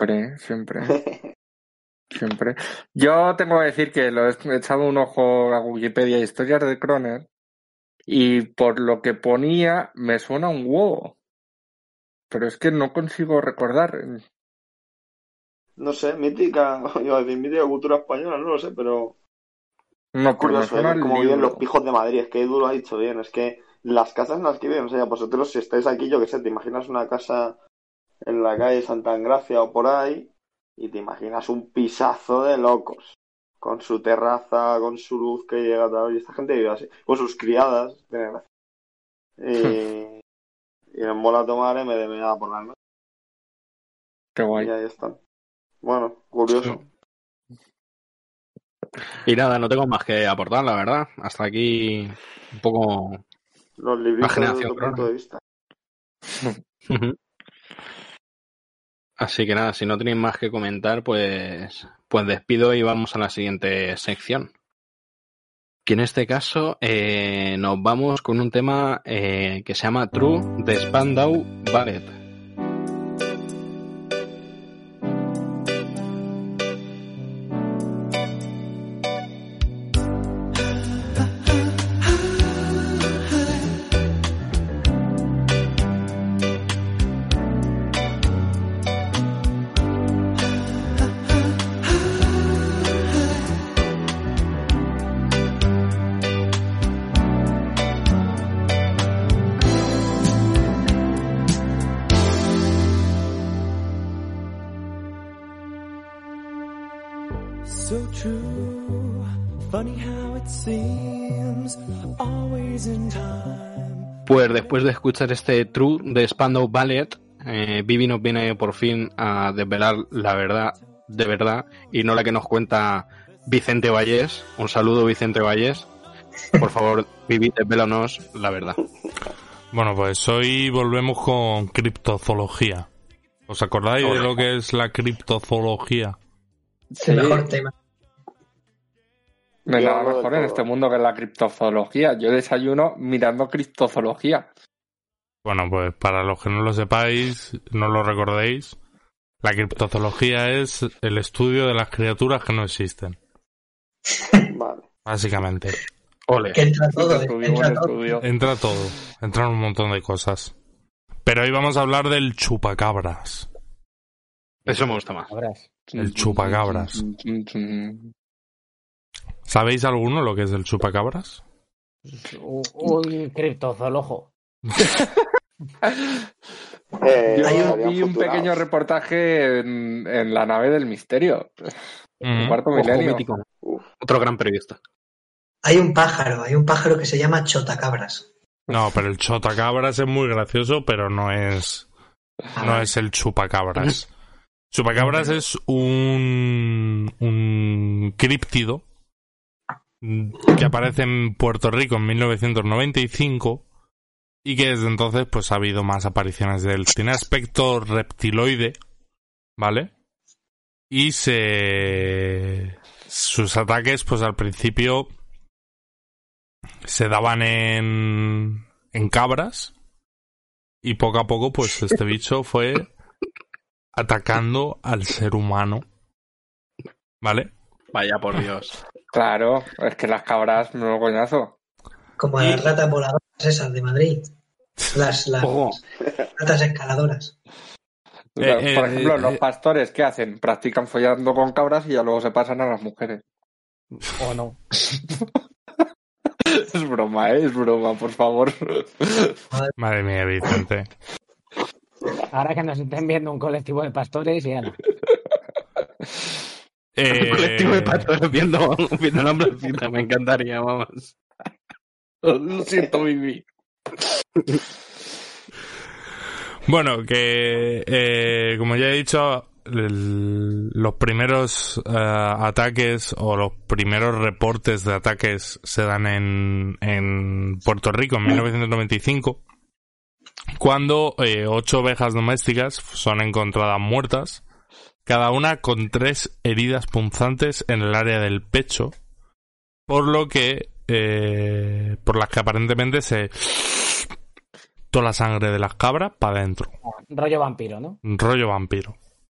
Yo tengo que decir que lo he echado un ojo a Wikipedia Historias de Croner y por lo que ponía me suena un huevo. Pero es que no consigo recordar. No sé, mítica, iba a decir mítica cultura española, no lo sé, pero No, pero me curioso, suena es el como viven libro. los pijos de Madrid, es que Edu lo ha dicho bien, es que las casas en las que viven, o sea, vosotros si estáis aquí, yo qué sé, te imaginas una casa en la calle Santa Engracia o por ahí y te imaginas un pisazo de locos, con su terraza, con su luz que llega tal, y esta gente vive así, con sus criadas, tiene gracia. Y en mola tomar MDMA por la noche. Qué guay. Y ahí están. Bueno, curioso. Y nada, no tengo más que aportar, la verdad. Hasta aquí un poco Los la libritos desde generación tu punto de vista. Así que nada, si no tenéis más que comentar, pues despido y vamos a la siguiente sección. Que en este caso nos vamos con un tema que se llama True de Spandau Ballet. Pues después de escuchar este True de Spandau Ballet, Vivi nos viene por fin a desvelar la verdad de verdad y no la que nos cuenta Vicente Vallés. Un saludo, Vicente Vallés. Por favor, Vivi, desvélanos la verdad. Bueno, pues hoy volvemos con criptozoología. ¿Os acordáis de lo que es la criptozoología? Sí. El mejor tema. No hay nada mejor en este mundo que la criptozoología. Yo desayuno mirando criptozoología. Bueno, pues para los que no lo sepáis, no lo recordéis, la criptozoología es el estudio de las criaturas que no existen. Vale. Básicamente. Ole. Que entra todo, Entra todo. Entran un montón de cosas. Pero hoy vamos a hablar del chupacabras. Eso me gusta más. El chupacabras. ¿Sabéis alguno lo que es el chupacabras? Un criptozoólogo. Yo vi un pequeño reportaje en la nave del misterio. El cuarto milenio. Otro gran periodista. Hay un pájaro que se llama chotacabras. No, pero el chotacabras es muy gracioso, pero no es el chupacabras. Chupacabras es un críptido que aparece en Puerto Rico en 1995 y que desde entonces pues ha habido más apariciones de él. Tiene aspecto reptiloide, ¿vale? Y sus ataques pues al principio se daban en cabras y poco a poco pues este bicho fue atacando al ser humano, ¿vale? Vaya por Dios. Claro, es que las cabras, no coñazo. Como las ratas voladoras esas de Madrid. Las ratas escaladoras. Por ejemplo, los pastores, ¿qué hacen? Practican follando con cabras y ya luego se pasan a las mujeres. ¿O no? Es broma, por favor. Madre mía, Vicente. Ahora que nos estén viendo un colectivo de pastores, ya no. Un colectivo de patos viendo la hombrecita, me encantaría, vamos. Lo siento, Vivi. Bueno, que como ya he dicho, los primeros ataques o los primeros reportes de ataques se dan en Puerto Rico en 1995, cuando 8 ovejas domésticas son encontradas muertas, cada una con 3 heridas punzantes en el área del pecho, por las que aparentemente se toda la sangre de las cabras para adentro. Rollo vampiro, ¿no? Rollo vampiro.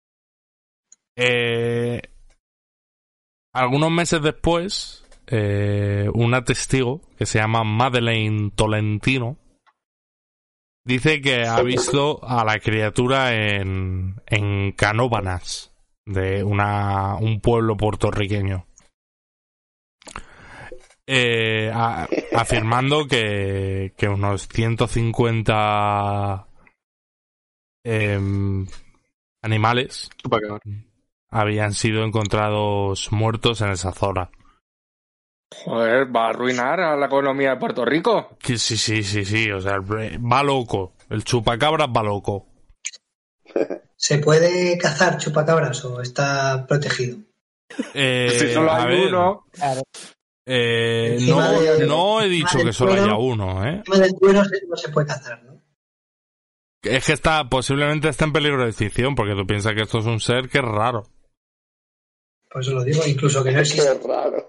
Algunos meses después, una testigo que se llama Madeleine Tolentino dice que ha visto a la criatura en Canóvanas, de un pueblo puertorriqueño, afirmando que unos 150 animales habían sido encontrados muertos en esa zona. Joder, va a arruinar a la economía de Puerto Rico. Sí, o sea, va loco. El chupacabras va loco. ¿Se puede cazar chupacabras o está protegido? Si solo hay uno. Claro. No he dicho que solo haya uno, ¿eh? El tema del duelo no se puede cazar, ¿no? Es que posiblemente está en peligro de extinción, porque tú piensas que esto es un ser que es raro. Por eso lo digo, incluso que no existe. Qué raro.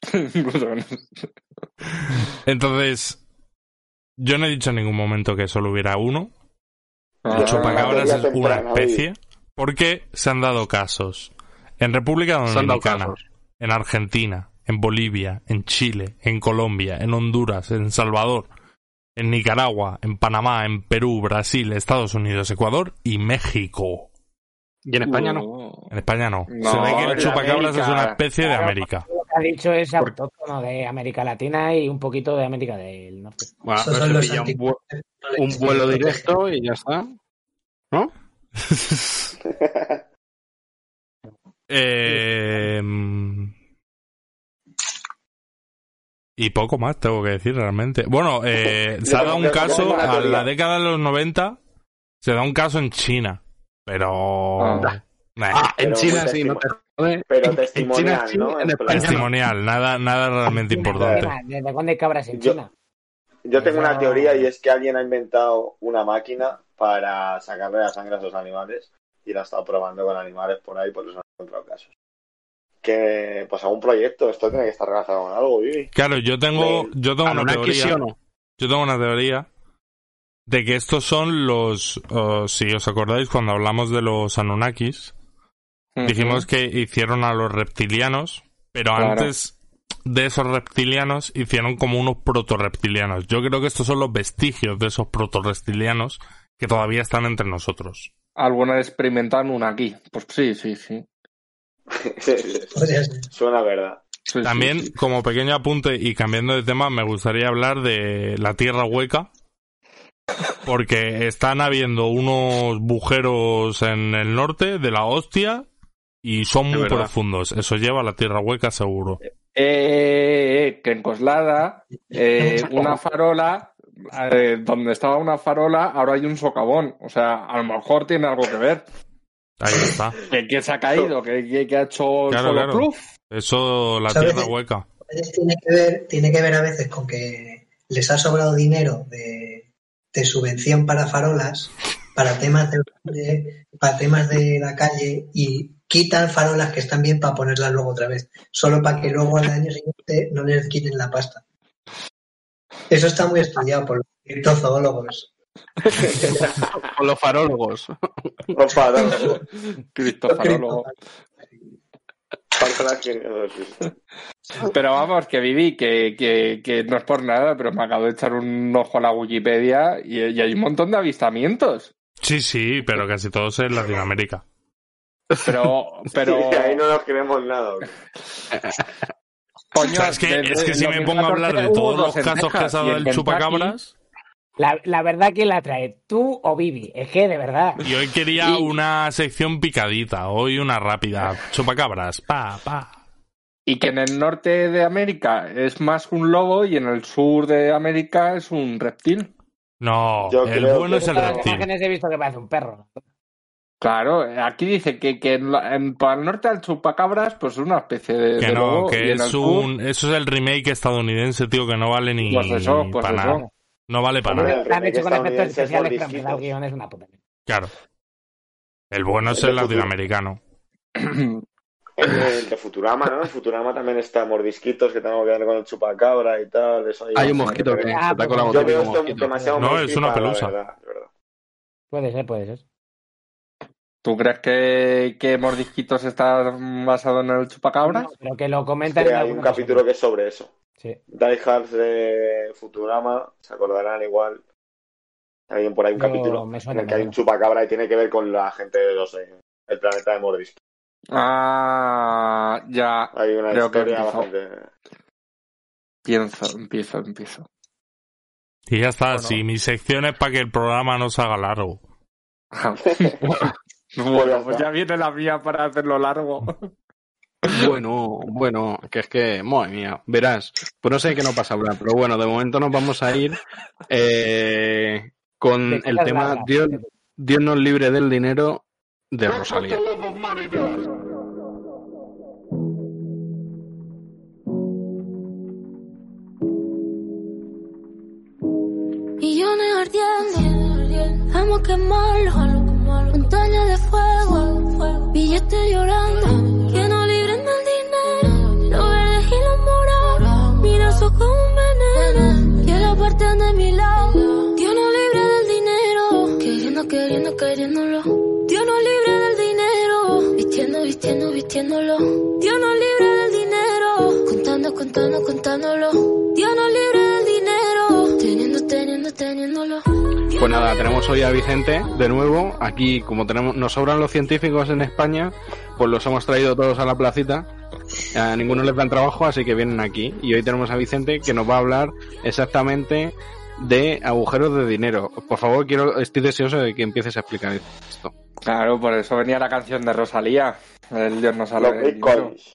Entonces, yo no he dicho en ningún momento que solo hubiera uno. El chupacabras es una especie, porque se han dado casos en República Dominicana, en Argentina, en Bolivia, en Chile, en Colombia, en Honduras, en Salvador, en Nicaragua, en Panamá, en Perú, Brasil, Estados Unidos, Ecuador y México. ¿Y en España no? En España no. No, Se ve que el chupacabras América. es una especie de América. Lo que ha dicho es autóctono de América Latina y un poquito de América del Norte. Bueno, Esos pero son se los pilla antiguos. un vuelo directo y ya está. ¿No? Y poco más tengo que decir realmente. Bueno, se ha dado un caso a la década de los 90, se da un caso en China, pero En Pero China muy sí, no te jode. Pero En testimonial, China sí, ¿no? en En España plan, no. testimonial, nada realmente importante. ¿Desde cuándo hay cabras en Yo- China? Yo tengo una teoría y es que alguien ha inventado una máquina para sacarle la sangre a esos animales y la ha estado probando con animales por ahí, por eso no he encontrado casos. Que, pues, algún proyecto, esto tiene que estar relacionado con algo, Vivi. Claro, yo tengo una Anunnaki, ¿sí teoría. o no? Yo tengo una teoría de que estos son los... si os acordáis, cuando hablamos de los Anunnakis, dijimos que hicieron a los reptilianos, pero Claro. antes de esos reptilianos hicieron como unos proto-reptilianos. Yo creo que estos son los vestigios de esos proto-reptilianos que todavía están entre nosotros. Alguna experimentan una aquí. Pues sí. Podría ser. Suena verdad. Sí, También, sí. como pequeño apunte y cambiando de tema, me gustaría hablar de la Tierra Hueca, porque están habiendo unos bujeros en el norte de la hostia y son De muy verdad. profundos. Eso lleva a la Tierra Hueca seguro. Que en Coslada, una farola, donde estaba una farola, ahora hay un socavón. O sea, a lo mejor tiene algo que ver. Ahí está. Que se ha caído, que ha hecho el Claro, suelo claro. pluf. Eso, la ¿Sabes? Tierra Hueca. Tiene que ver a veces con que les ha sobrado dinero de subvención para farolas, para temas de la calle, y quitan farolas que están bien para ponerlas luego otra vez, solo para que luego al año siguiente no les quiten la pasta. Eso está muy estudiado por los criptozoólogos. Con los farólogos. Los farólogos. Cristofarólogo. Farolas que no existen. Pero vamos, que viví, que no es por nada, pero me acabo de echar un ojo a la Wikipedia y hay un montón de avistamientos. Sí, pero casi todos en Latinoamérica. Pero Sí, ahí no nos queremos nada. ¿O qué? coño, O sea, es que si me pongo a hablar de todos los casos que ha dado el chupacabras, La verdad, ¿quién la trae? ¿Tú o Vivi? Es que, de verdad. Y hoy quería una sección picadita, hoy una rápida. Chupacabras, pa. Y que en el norte de América es más un lobo y en el sur de América es un reptil. No, Yo el creo bueno que es el En las reptil. imágenes he visto que parece un perro. Claro, aquí dice que para el norte al chupacabras pues es una especie de Que no, lobo, y que en el es sur, eso es el remake estadounidense, tío, que no vale ni pues eso. para nada. No vale para Hombre, nada. el La han remake hecho con efectos estadounidense es especiales, pero en verdad el mordisquitos. guión es una puta. Claro. El bueno es el latinoamericano. El de Futurama, ¿no? En Futurama también está mordisquitos que tengo que ver con el chupacabra y tal. Eso ahí Hay un vamos a mosquito ver. que Ah, se con la pues Yo botella veo como esto mosquito. demasiado No, es mainstream una para la pelusa. verdad. Puede ser. ¿Tú crees que Mordisquitos está basado en el chupacabras? No, pero que lo comentan Sí, en hay un algunos capítulo que es sobre eso. Sí. Die Hards de Futurama, se acordarán igual. Hay por ahí un Yo capítulo me en suena, el que hay un me suena. chupacabra y tiene que ver con la gente de el planeta de Mordisquitos. Ah, ya. Hay una Creo que historia empiezo. bastante... Empiezo. Y ya está, Bueno. si mi sección es para que el programa no se haga largo. Bueno, pues ya viene la mía para hacerlo largo. Bueno, que es que, madre mía, verás, pues no sé qué nos pasa a hablar, pero bueno, de momento nos vamos a ir con De el cosas tema largas. Dios nos libre del dinero de Rosalía. Millones ardiendo, vamos a quemarlo. Montaña de fuego, billetes llorando. Que no libren del dinero, los verdes y los morados. Mira, eso como un veneno, que la parten de mi lado. Dios no libre del dinero, queriéndolo. Dios no libre del dinero, vistiéndolo. Dios no libre del dinero, contándolo. Dios no libre del dinero, teniéndolo. Pues nada, tenemos hoy a Vicente de nuevo. Aquí, como nos sobran los científicos en España, pues los hemos traído todos a la placita. A ninguno les dan trabajo, así que vienen aquí. Y hoy tenemos a Vicente que nos va a hablar exactamente de agujeros de dinero. Por favor, estoy deseoso de que empieces a explicar esto. Claro, por eso venía la canción de Rosalía. El Dios nos habla Los del dinero. bitcoins.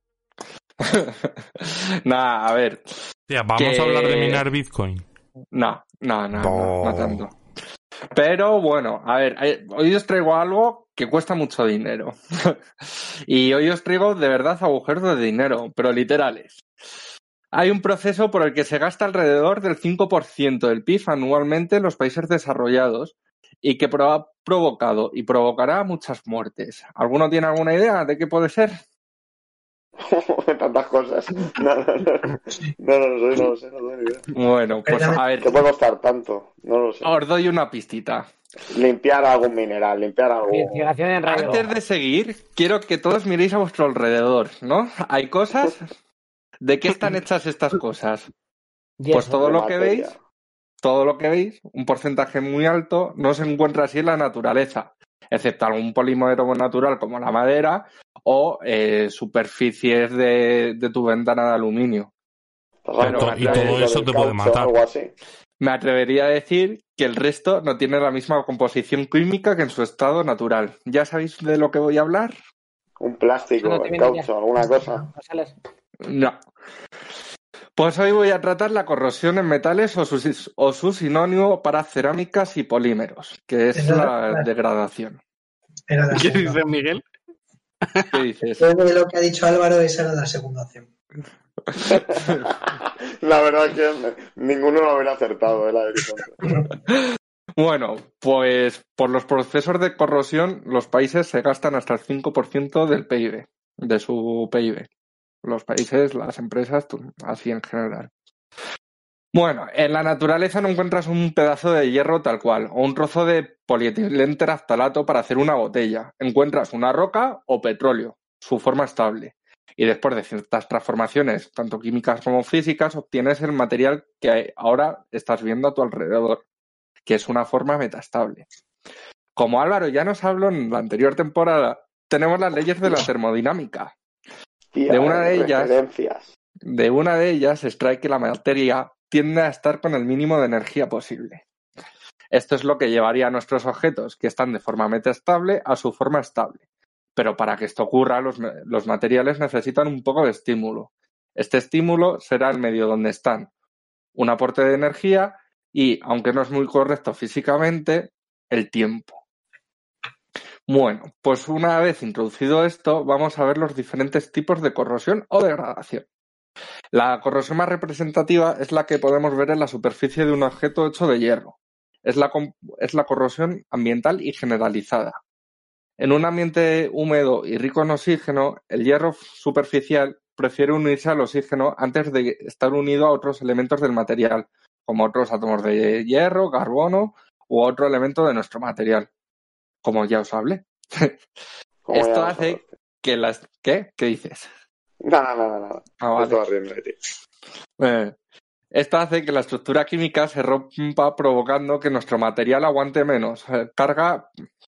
Nah, a ver. Tía, vamos a hablar de minar Bitcoin. No tanto. Pero bueno, a ver, hoy os traigo algo que cuesta mucho dinero. Y hoy os traigo de verdad agujeros de dinero, pero literales. Hay un proceso por el que se gasta alrededor del 5% del PIB anualmente en los países desarrollados y que ha provocado y provocará muchas muertes. ¿Alguno tiene alguna idea de qué puede ser? Tantas cosas. No lo sé, no tengo ni idea. Bueno, pues a ver, ¿Qué puede costar tanto? No lo sé. os doy una pistita. Limpiar algún mineral, limpiar algo. Investigación en radio. Antes de seguir, quiero que todos miréis a vuestro alrededor, ¿no? Hay cosas. ¿De qué están hechas estas cosas? Pues todo lo que veis, un porcentaje muy alto, no se encuentra así en la naturaleza, excepto algún polímero natural como la madera o superficies de tu ventana de aluminio. Y todo eso te puede matar. Algo así. Me atrevería a decir que el resto no tiene la misma composición química que en su estado natural. ¿Ya sabéis de lo que voy a hablar? Un plástico, el caucho, alguna cosa. No. Pues hoy voy a tratar la corrosión en metales o su sinónimo para cerámicas y polímeros, que es la degradación. ¿Qué dices, Miguel? ¿Qué dices? Todo lo que ha dicho Álvaro, esa era la segunda opción. La verdad es que ninguno lo habría acertado, la de Bueno, pues por los procesos de corrosión, los países se gastan hasta el 5% del PIB, de su PIB. Los países, las empresas, así en general. Bueno, en la naturaleza no encuentras un pedazo de hierro tal cual, o un trozo de polietileno teraftalato para hacer una botella. Encuentras una roca o petróleo, su forma estable. Y después de ciertas transformaciones, tanto químicas como físicas, obtienes el material que ahora estás viendo a tu alrededor, que es una forma metastable. Como Álvaro ya nos habló en la anterior temporada, tenemos las leyes de la termodinámica. De una de ellas se extrae que la materia tiende a estar con el mínimo de energía posible. Esto es lo que llevaría a nuestros objetos que están de forma metastable a su forma estable. Pero para que esto ocurra, los materiales necesitan un poco de estímulo. Este estímulo será el medio donde están un aporte de energía y, aunque no es muy correcto físicamente, el tiempo. Bueno, pues una vez introducido esto, vamos a ver los diferentes tipos de corrosión o degradación. La corrosión más representativa es la que podemos ver en la superficie de un objeto hecho de hierro. Es la corrosión ambiental y generalizada. En un ambiente húmedo y rico en oxígeno, el hierro superficial prefiere unirse al oxígeno antes de estar unido a otros elementos del material, como otros átomos de hierro, carbono u otro elemento de nuestro material, como ya os hablé. Esto hace que las... ¿Qué? ¿Qué dices? Nada. Vale. Estaba riendo de ti. Esto hace que la estructura química se rompa, provocando que nuestro material aguante menos carga.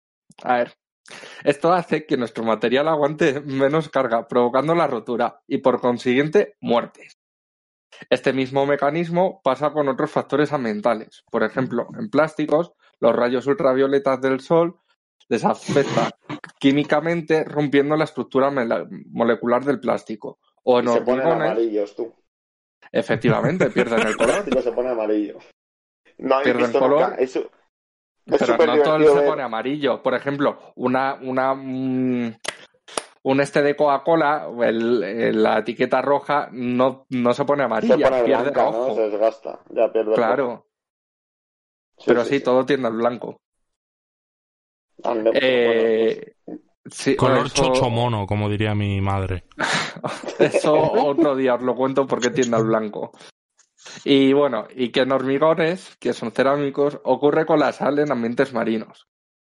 Esto hace que nuestro material aguante menos carga, provocando la rotura y, por consiguiente, muertes. Este mismo mecanismo pasa con otros factores ambientales. Por ejemplo, en plásticos, los rayos ultravioletas del sol les afecta químicamente, rompiendo la estructura molecular del plástico. O en se ponen hormigones, amarillos, tú. efectivamente, pierden el El color. plástico se pone amarillo. No habéis Pierden visto color. nunca. Es Pero súper no todo divertido se ver. pone amarillo. Por ejemplo, un de Coca-Cola, la etiqueta roja, no se pone amarilla, Se pone pierde blanca, rojo. ¿no? Se desgasta. Ya pierde el rojo. Claro. Pero sí, todo tiende al blanco. Sí, Color eso- chocho mono, como diría mi madre. Eso otro día os lo cuento porque tiende al blanco. Y bueno, y que en hormigones, que son cerámicos, ocurre con la sal en ambientes marinos.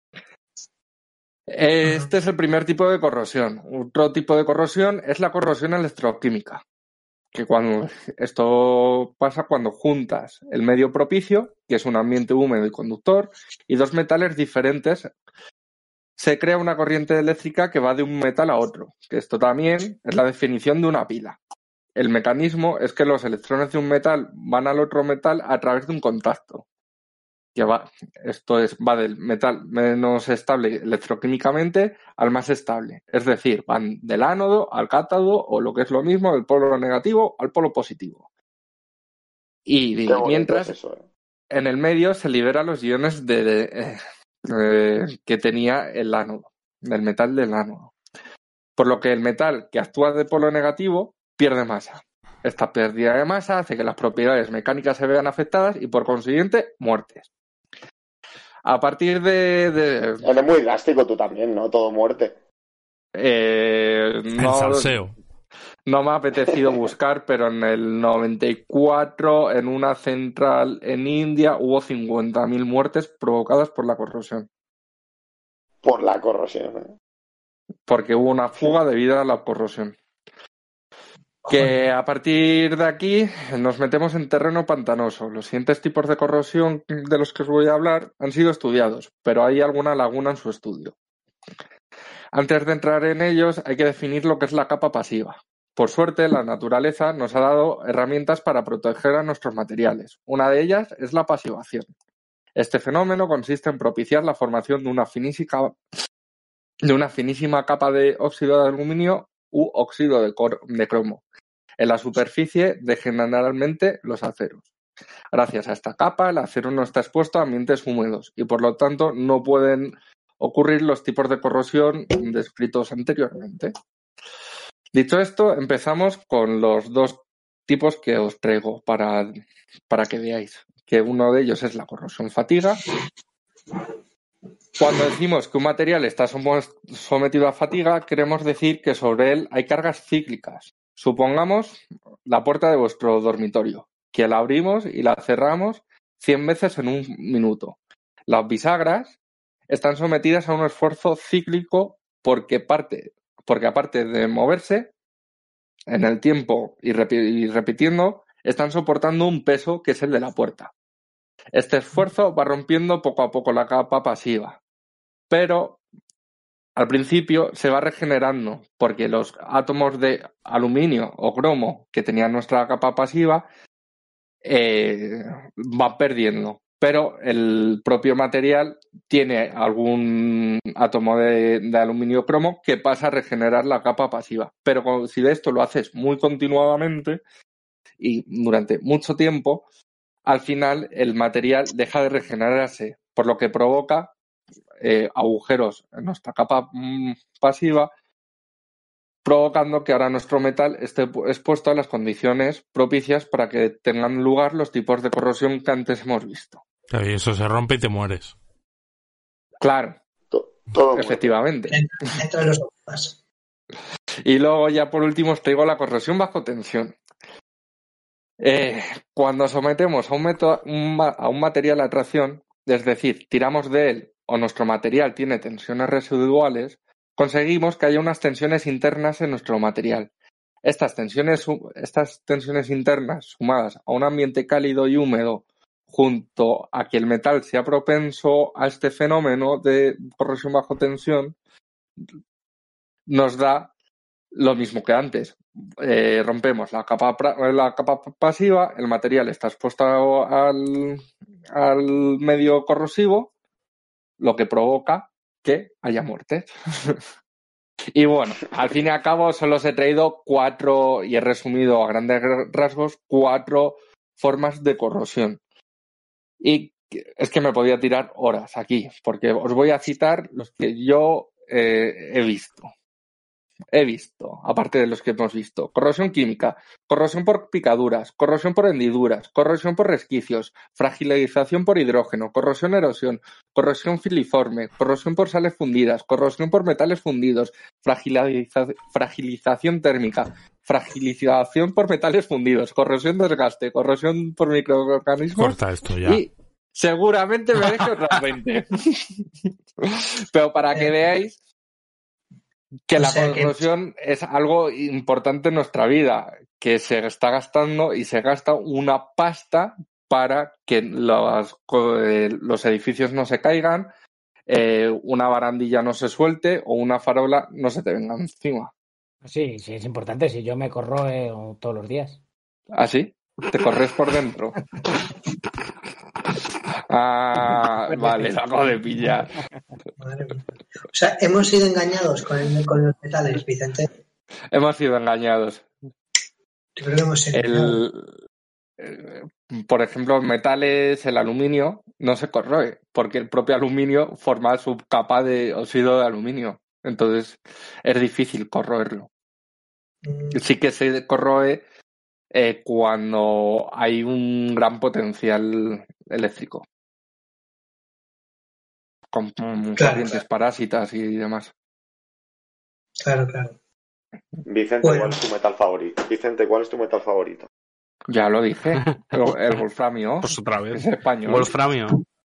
Este es el primer tipo de corrosión. Otro tipo de corrosión es la corrosión electroquímica, que esto pasa cuando juntas el medio propicio, que es un ambiente húmedo y conductor, y dos metales diferentes, se crea una corriente eléctrica que va de un metal a otro, que esto también es la definición de una pila. El mecanismo es que los electrones de un metal van al otro metal a través de un contacto. Va del metal menos estable electroquímicamente al más estable. Es decir, van del ánodo al cátodo, o lo que es lo mismo, del polo negativo al polo positivo. Y mientras, eso, en el medio se liberan los iones que tenía el ánodo, del metal del ánodo. Por lo que el metal que actúa de polo negativo pierde masa. Esta pérdida de masa hace que las propiedades mecánicas se vean afectadas y, por consiguiente, muertes. A partir Eres muy drástico tú también, ¿no? Todo muerte. El salseo. No me ha apetecido buscar, pero en el 94, en una central en India, hubo 50.000 muertes provocadas por la corrosión. Por la corrosión, ¿eh? Porque hubo una fuga debido a la corrosión. Que a partir de aquí nos metemos en terreno pantanoso. Los siguientes tipos de corrosión de los que os voy a hablar han sido estudiados, pero hay alguna laguna en su estudio. Antes de entrar en ellos, hay que definir lo que es la capa pasiva. Por suerte, la naturaleza nos ha dado herramientas para proteger a nuestros materiales. Una de ellas es la pasivación. Este fenómeno consiste en propiciar la formación de una finísima capa de óxido de aluminio u óxido de cromo en la superficie de generalmente los aceros. Gracias a esta capa, el acero no está expuesto a ambientes húmedos y, por lo tanto, no pueden ocurrir los tipos de corrosión descritos anteriormente. Dicho esto, empezamos con los dos tipos que os traigo para que veáis, que uno de ellos es la corrosión fatiga. Cuando decimos que un material está sometido a fatiga, queremos decir que sobre él hay cargas cíclicas. Supongamos la puerta de vuestro dormitorio, que la abrimos y la cerramos 100 veces en un minuto. Las bisagras están sometidas a un esfuerzo cíclico porque aparte de moverse en el tiempo y repitiendo, están soportando un peso que es el de la puerta. Este esfuerzo va rompiendo poco a poco la capa pasiva, pero al principio se va regenerando porque los átomos de aluminio o cromo que tenían nuestra capa pasiva van perdiendo. pero el propio material tiene algún átomo de aluminio cromo que pasa a regenerar la capa pasiva. Pero si de esto lo haces muy continuadamente y durante mucho tiempo, al final el material deja de regenerarse, por lo que provoca agujeros en nuestra capa pasiva, provocando que ahora nuestro metal esté expuesto a las condiciones propicias para que tengan lugar los tipos de corrosión que antes hemos visto. Y eso se rompe y te mueres. Claro, Todo efectivamente. Dentro de los ojos. Y luego ya por último os traigo la corrosión bajo tensión. Cuando sometemos a un material a tracción, es decir, tiramos de él o nuestro material tiene tensiones residuales, conseguimos que haya unas tensiones internas en nuestro material. Estas tensiones internas sumadas a un ambiente cálido y húmedo, junto a que el metal sea propenso a este fenómeno de corrosión bajo tensión, nos da lo mismo que antes. Rompemos la capa pasiva, el material está expuesto al medio corrosivo, lo que provoca que haya muerte. Y bueno, al fin y al cabo solo os he traído 4, y he resumido a grandes rasgos, 4 formas de corrosión. Y es que me podía tirar horas aquí, porque os voy a citar los que yo he visto, aparte de los que hemos visto. Corrosión química, corrosión por picaduras, corrosión por hendiduras, corrosión por resquicios, fragilización por hidrógeno, corrosión-erosión, corrosión filiforme, corrosión por sales fundidas, corrosión por metales fundidos, fragilización térmica, fragilización por metales fundidos, corrosión desgaste, corrosión por microorganismos. Corta esto ya. Y seguramente me deje otras 20. Pero para que veáis que la corrosión es algo importante en nuestra vida, que se está gastando y se gasta una pasta para que los edificios no se caigan, una barandilla no se suelte o una farola no se te venga encima. Sí, es importante. Si yo me corro todos los días. ¿Ah, sí? ¿Te corres por dentro? Ah, vale, lo acabo de pillar. Madre mía. O sea, hemos sido engañados con los metales, Vicente. Hemos sido engañados. Yo creo que hemos sido engañados. Por ejemplo, metales, el aluminio no se corroe, porque el propio aluminio forma su capa de óxido de aluminio. Entonces, es difícil corroerlo. Sí que se corroe cuando hay un gran potencial eléctrico. Con corrientes parásitas y demás. Claro. Vicente, Bueno. ¿cuál es tu metal favorito? Vicente, ¿cuál es tu metal favorito? Ya lo dije. El wolframio. Pues otra vez. Es español. Wolframio.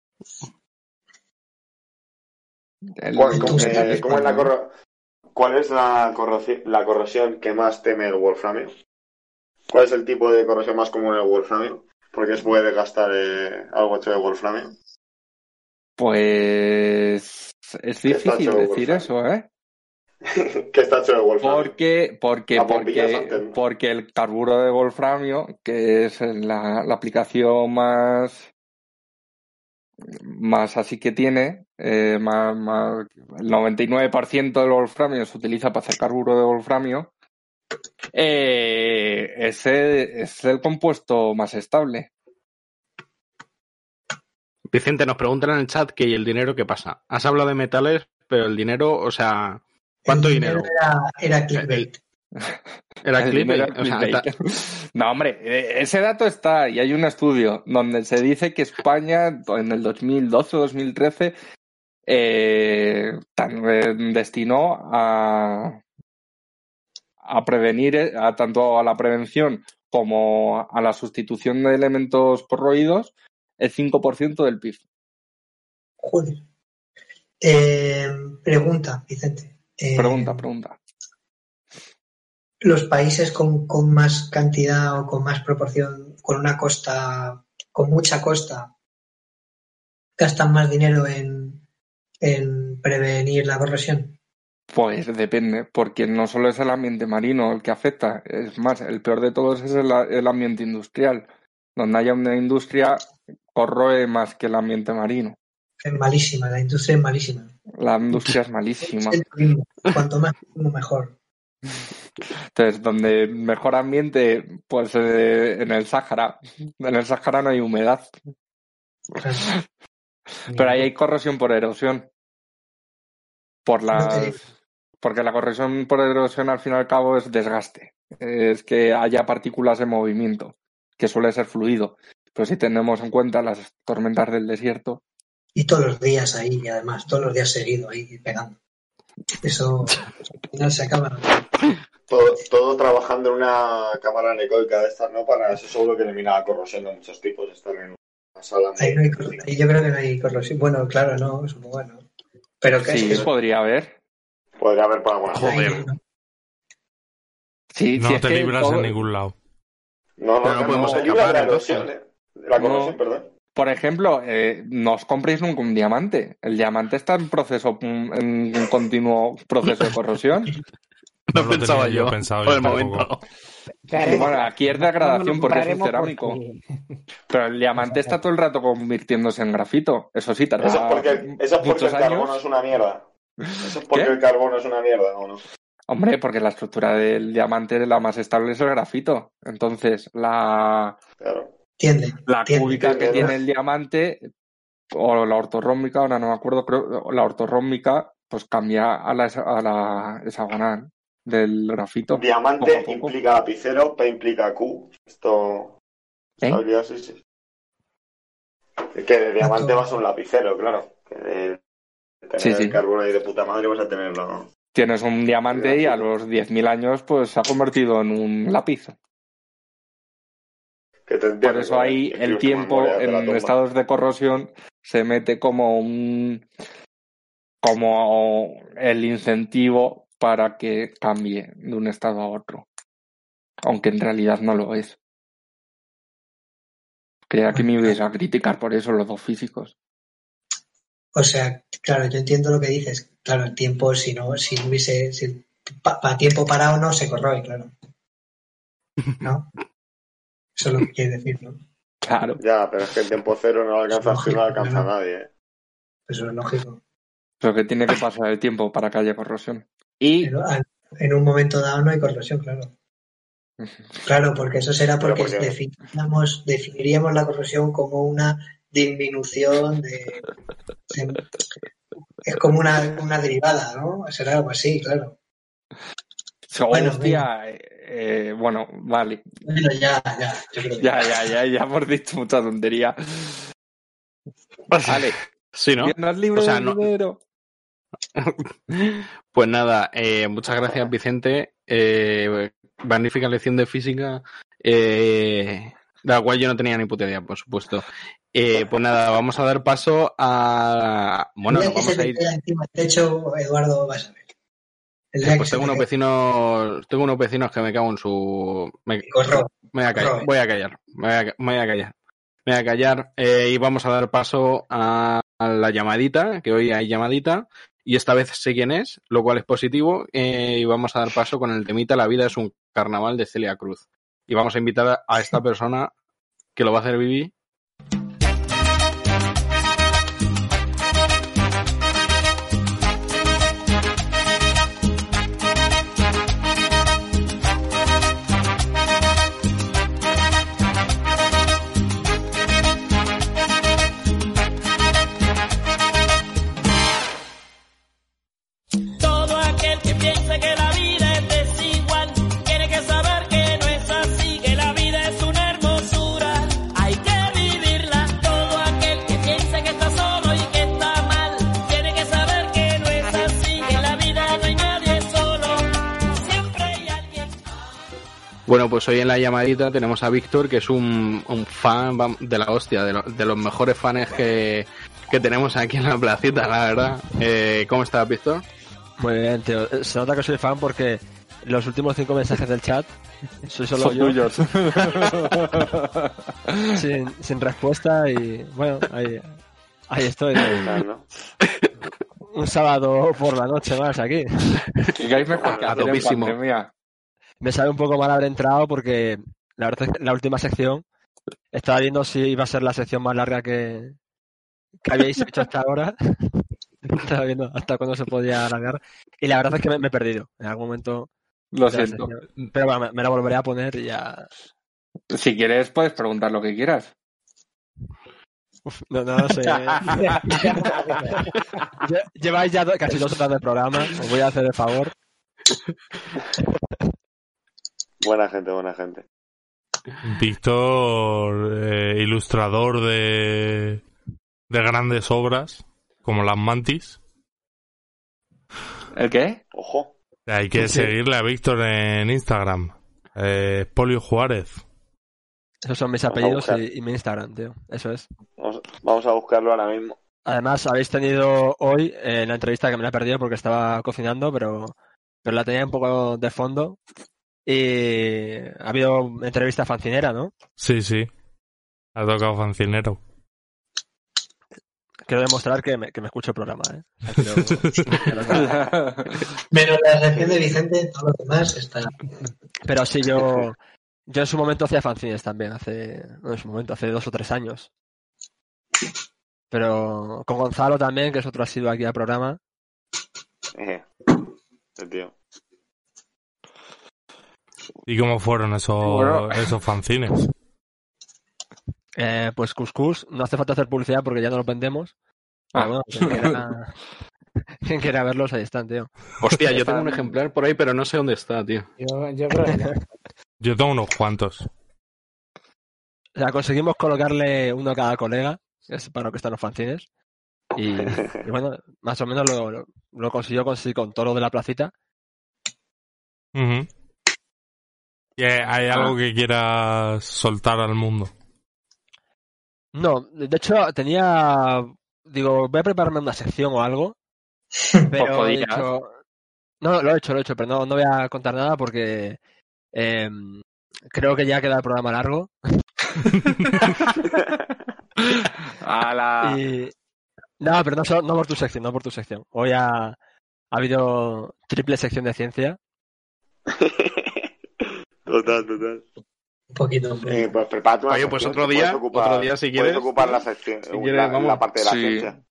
¿Cuál es la corrosión que más teme el wolframio? ¿Cuál es el tipo de corrosión más común en el wolframio? Porque se puede desgastar algo hecho de wolframio. Pues es difícil decir eso, ¿eh? ¿Qué está hecho de wolframio? Porque el carburo de wolframio, que es la aplicación más así que tiene, el 99% del wolframio se utiliza para hacer carburo de wolframio, ese es el compuesto más estable. Vicente, nos preguntan en el chat que ¿y el dinero qué pasa? Has hablado de metales, pero el dinero, o sea, ¿cuánto el dinero? Era clickbait. Era clickbait. O sea, no, hombre, ese dato está, y hay un estudio donde se dice que España en el 2012 o 2013 destinó a prevenir, tanto a la prevención como a la sustitución de elementos corroídos, el 5% del PIB. Joder. Pregunta, Vicente. Pregunta. Los países con más cantidad o con más proporción, con mucha costa, gastan más dinero en prevenir la corrosión. Pues depende, porque no solo es el ambiente marino el que afecta, es más, el peor de todos es el ambiente industrial. Donde haya una industria corroe más que el ambiente marino. Es malísima, la industria es malísima. La industria es malísima. Es el turismo. Cuanto más turismo, mejor. Entonces, donde mejor ambiente, pues en el Sáhara. En el Sáhara no hay humedad. Claro. Pero ahí hay corrosión por erosión. Por No te digo. Porque la corrosión por erosión al fin y al cabo es desgaste. Es que haya partículas en movimiento, que suele ser fluido. Pero si tenemos en cuenta las tormentas del desierto, Y todos los días ahí, y además, todos los días seguidos ahí pegando. Eso al final se acaba. Todo trabajando en una cámara anecoica de estas, ¿no? Para eso seguro que elimina la corrosión de muchos tipos, estar en una sala. Ahí, no hay, ahí yo creo que no hay corrosión. Bueno, claro, no, supongo que no. Pero que sí, es que podría haber. Podría haber para alguna cosa. Joder. Sí, No sí, es te que libras todo- en ningún lado. No podemos se libra de la escapar, erosión, de la corrosión, No. perdón. Por ejemplo, no os compréis nunca un diamante. El diamante está en en un continuo proceso de corrosión. No No lo pensaba tenía yo yo, pensado por yo el tampoco. momento. Y bueno, aquí es degradación porque es un Compraremos cerámico. porque- Pero el diamante está todo el rato convirtiéndose en grafito. Eso sí, tarda Eso es porque muchos el carbono años. es una mierda. Eso es porque ¿Qué? el carbono es una mierda, ¿o no? Hombre, porque la estructura del diamante la más estable es el grafito. Entonces, la Claro. tiende. cúbica que tiende. tiene el diamante, o la ortorrómbica, ahora no me acuerdo, creo, la ortorrómbica, pues cambia a la hexagonal del grafito. Diamante Poco a poco. implica lapicero, P implica Q. Esto. ¿Sabías? Sí. Que de diamante vas a un lapicero, claro. Que de tener Sí, sí. el carbono ahí de puta madre vas a tenerlo. Tienes un diamante y a los 10.000 años pues se ha convertido en un lápiz. Que te entiendo, Por eso ahí que el escribes tu tiempo memoria de la en tumba. estados de corrosión se mete como el incentivo para que cambie de un estado a otro. Aunque en realidad no lo es. Creía que me ibais a criticar por eso los dos físicos. O sea, claro, yo entiendo lo que dices. Claro, el tiempo, si para tiempo parado no se corroe, claro. ¿No? Eso es lo que quiere decir, ¿no? Claro. Ya, pero es que en tiempo cero no alcanzas tú, no alcanza a Claro. nadie. Eso es lógico. Pero que tiene que pasar el tiempo para que haya corrosión. Y Pero en un momento dado no hay corrosión, claro. Claro, porque eso será Pero porque ¿por qué? definiríamos la corrosión como una disminución es como una derivada, ¿no? Será algo así, claro. Bueno, hostia, bueno, vale. Bueno, ya, yo creo que Ya hemos dicho mucha tontería. Vale. Sí, ¿no? ¿Tienes libre O sea, del no- dinero? Pues nada, muchas gracias, Vicente. Magnífica lección de física, de la cual yo no tenía ni puta idea, por supuesto. Pues nada, vamos a dar paso a... Bueno, el día nos que vamos se a te ir... queda encima del techo, Eduardo, vas a ver. El día Pues que tengo unos vecinos que me cago en su... Me voy a callar, me voy a callar y vamos a dar paso a la llamadita, que hoy hay llamadita, y esta vez sé quién es, lo cual es positivo, y vamos a dar paso con el temita La vida es un carnaval de Celia Cruz. Y vamos a invitar a esta persona que lo va a hacer Vivi. Todo aquel que piense que la vida es desigual tiene que saber que no es así, que la vida es una hermosura, hay que vivirla. Todo aquel que piense que está solo y que está mal tiene que saber que no es así, que en la vida no hay nadie solo, siempre hay alguien. Bueno, pues hoy en la llamadita tenemos a Víctor, que es un fan de la hostia, de los mejores fans que tenemos aquí en la placita, la verdad. ¿Cómo estás, Víctor? Muy bien, tío. Se nota que soy fan porque los últimos 5 mensajes del chat soy solo Son yo. tuyos. sin respuesta y bueno, ahí estoy. ¿no? Un sábado por la noche más aquí. Digáis mejor que A hacer en topísimo. pandemia. Me sabe un poco mal haber entrado porque la verdad es que la última sección Estaba viendo si iba a ser la sección más larga que habíais hecho hasta ahora. Estaba viendo hasta cuándo se podía alargar. Y la verdad es que me he perdido. En algún momento. Lo de la siento. sección. Pero bueno, me la volveré a poner y ya. Si quieres, puedes preguntar lo que quieras. Uf, no lo sé. Lleváis ya casi 2 horas de programa. Os voy a hacer el favor. Buena gente, buena gente. Víctor, ilustrador de grandes obras, como las Mantis. ¿El qué? Ojo. Hay que seguirle a Víctor en Instagram. Polio Juárez. Esos son mis apellidos y mi Instagram, tío. Eso es. Vamos a buscarlo ahora mismo. Además, habéis tenido hoy la entrevista que me la he perdido porque estaba cocinando, pero la tenía un poco de fondo. Y ha habido entrevista fancinera, ¿no? Sí. Ha tocado fancinero. Quiero demostrar que me escucho el programa, ¿eh? Menos la sección de Vicente, todo lo demás está... Pero sí, yo en su momento hacía fanzines también, hace 2 o 3 años. Pero con Gonzalo también, que es otro asiduo aquí al programa. El tío. ¿Y cómo fueron esos fanzines? Pues Cuscús, no hace falta hacer publicidad porque ya no lo vendemos. Pero bueno, quien quiera verlos, ahí están, tío. Hostia, yo tengo un ejemplar por ahí, pero no sé dónde está, tío. Yo creo que no. Yo tengo unos cuantos. O sea, conseguimos colocarle uno a cada colega, que es para lo que están los fanzines. Y bueno, más o menos lo consiguió conseguir con Toro de la Placita. Uh-huh. ¿Y hay algo que quieras soltar al mundo? No, de hecho digo, voy a prepararme una sección o algo, pero he dicho, no, lo he hecho, pero no voy a contar nada porque creo que ya queda el programa largo. No, pero no por tu sección, Hoy ha habido triple sección de ciencia. Total. Un poquito. Pues prepárate una sección. Pues otro día si quieres. Puedes ocupar la sección, si quieres, la parte de la ciencia.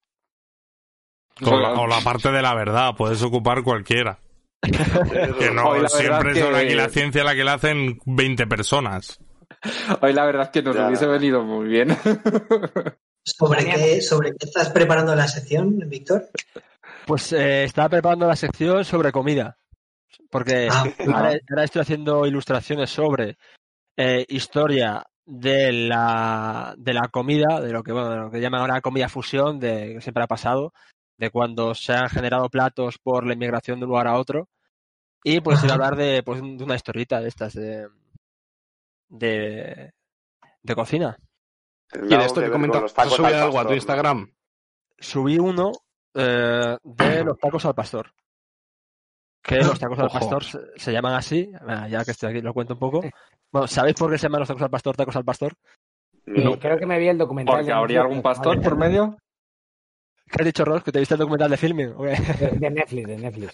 O la parte de la verdad, puedes ocupar cualquiera. Que no siempre son aquí la ciencia la que la hacen 20 personas. Hoy la verdad es que nos hubiese venido muy bien. ¿Sobre qué estás preparando la sección, Víctor? Pues estaba preparando la sección sobre comida. Porque ahora estoy haciendo ilustraciones sobre historia de la comida, de lo que llaman ahora comida fusión, que siempre ha pasado, de cuando se han generado platos por la inmigración de un lugar a otro. Y pues ir a hablar de una historieta de estas de cocina. Y de esto te comento, ¿has subido algo a tu Instagram? Subí uno de los tacos al pastor. Que los tacos al pastor se llaman así. Ya que estoy aquí lo cuento un poco. Bueno, ¿sabéis por qué se llaman los tacos al pastor tacos al pastor? No. Creo que me vi el documental. ¿Porque habría algún pastor por medio? ¿Qué has dicho, Ross? ¿Que te viste el documental de Filming? De Netflix.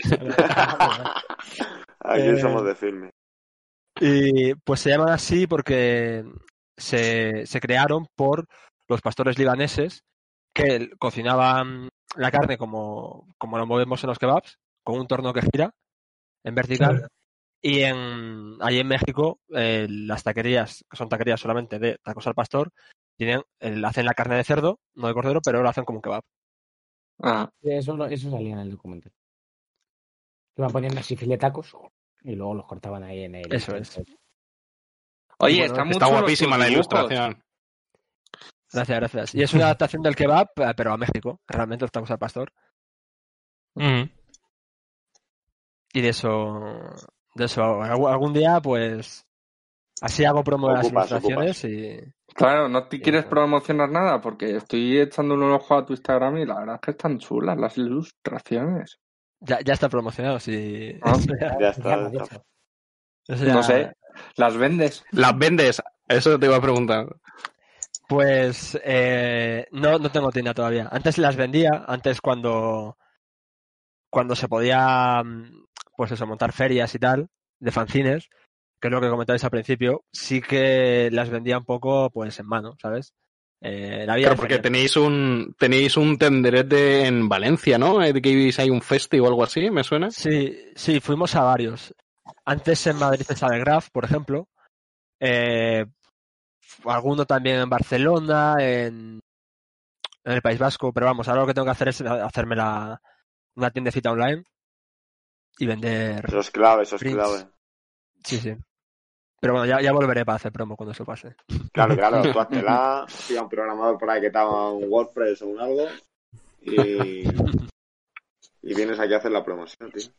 Aquí somos de Filming. Y pues se llaman así porque se crearon por los pastores libaneses que cocinaban la carne como lo movemos en los kebabs, con un torno que gira en vertical. Y allí en México las taquerías, que son taquerías solamente de tacos al pastor, hacen la carne de cerdo, no de cordero, pero lo hacen como un kebab. Eso salía en el documental. Iban poniendo así filetacos y luego los cortaban ahí en el... Eso es. Oye, está guapísima la ilustración. Gracias. Y es una adaptación del kebab, pero a México. Realmente los tacos al pastor. Y de eso algún día, pues así hago promo de las ilustraciones y... Claro, no te quieres promocionar nada porque estoy echando un ojo a tu Instagram y la verdad es que están chulas las ilustraciones. Ya está promocionado, sí. Ya está. No sé, ¿las vendes? ¿Las vendes? Eso te iba a preguntar. Pues no tengo tienda todavía. Antes las vendía, antes cuando se podía, pues eso, montar ferias y tal, de fanzines, que es lo que comentabais al principio, sí que las vendía un poco pues en mano, ¿sabes? La vida Claro, porque tenéis un tenderete en Valencia, ¿no? Que ibais ahí un festi o algo así, ¿me suena? Sí, fuimos a varios. Antes en Madrid está el Graf, por ejemplo. Alguno también en Barcelona, en el País Vasco, pero vamos, ahora lo que tengo que hacer es hacerme una tiendecita online y vender. Eso es clave, prints. Sí. Pero bueno, ya volveré para hacer promo cuando eso pase. Claro, tú háztela, siga un programador por ahí que te haga un WordPress o un algo y vienes aquí a hacer la promoción, tío.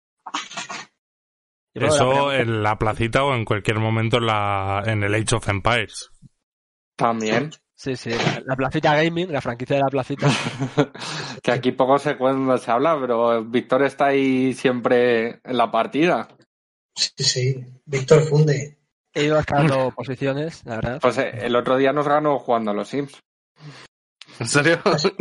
Eso en la placita o en cualquier momento en el Age of Empires. También. Sí, la placita gaming, la franquicia de la placita. Que aquí poco se habla, pero Víctor está ahí siempre en la partida. Sí, Víctor funde. He ido escalando posiciones, la verdad. Pues el otro día nos ganó jugando a los Sims. ¿En serio?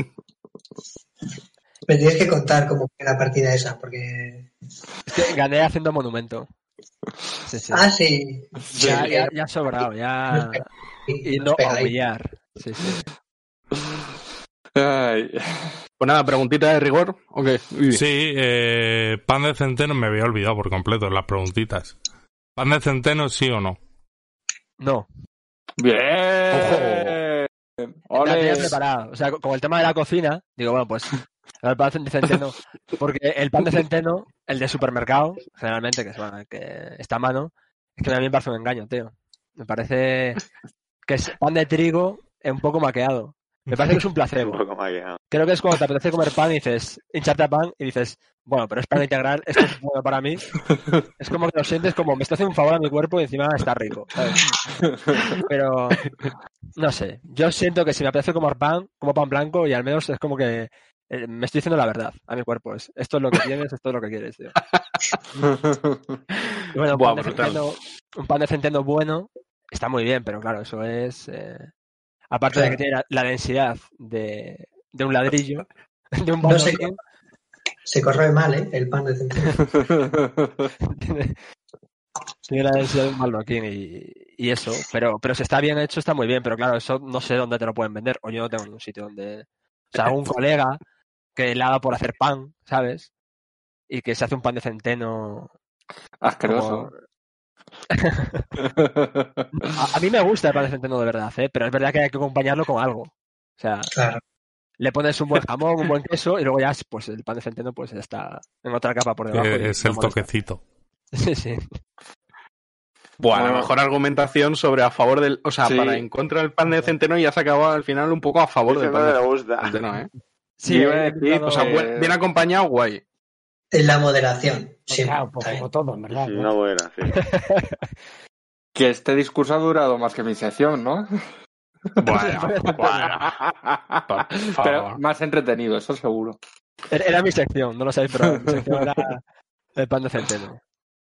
Me tienes que contar cómo fue la partida esa, porque... Es que gané haciendo monumento. Sí. Ah, sí. Ya sobrado, ya... Y no a humillar. Sí. Ay. Pues nada, preguntita de rigor. Okay. Sí, pan de centeno me había olvidado por completo en las preguntitas. ¿Pan de centeno sí o no? No. ¡Bien! La tenía preparado. O sea, como el tema de la cocina, digo, bueno, pues el pan de centeno. Porque el pan de centeno, el de supermercado, generalmente, que está a mano, es que a mí me parece un engaño, tío. Me parece que es pan de trigo un poco maqueado. Me parece que es un placebo. Creo que es cuando te apetece comer pan y dices, hincharte a pan y dices, bueno, pero es pan integral, esto es bueno para mí. Es como que lo sientes como, me está haciendo un favor a mi cuerpo y encima está rico, ¿sabes? Pero, no sé, yo siento que si me apetece comer pan, como pan blanco y al menos es como que me estoy diciendo la verdad a mi cuerpo. Esto es lo que tienes, esto es lo que quieres, tío. Y bueno, un pan de centeno bueno está muy bien, pero claro, eso es... Aparte de que tiene la densidad de un ladrillo, de un baldoquín. Se corroe mal, el pan de centeno. tiene la densidad de un baldoquín y eso. Pero si está bien hecho, está muy bien. Pero claro, eso no sé dónde te lo pueden vender. O yo no tengo ningún sitio donde... O sea, un colega que le haga por hacer pan, ¿sabes? Y que se hace un pan de centeno... Asqueroso. A mí me gusta el pan de centeno de verdad, pero es verdad que hay que acompañarlo con algo. O sea, claro. Le pones un buen jamón, un buen queso y luego ya pues el pan de centeno pues está en otra capa por debajo. Es el toquecito. Sí. Bueno, la mejor argumentación sobre a favor del... O sea, para en contra del pan de centeno ya se acaba al final un poco a favor del pan de centeno, ¿eh? Sí, o sea, bien acompañado, guay. En la moderación. Sí, claro, pues como todo, en verdad. No buena, sí. Que este discurso ha durado más que mi sección, ¿no? Bueno. Pero más entretenido, eso seguro. Era mi sección, no lo sabéis, pero mi sección era el pan de centeno.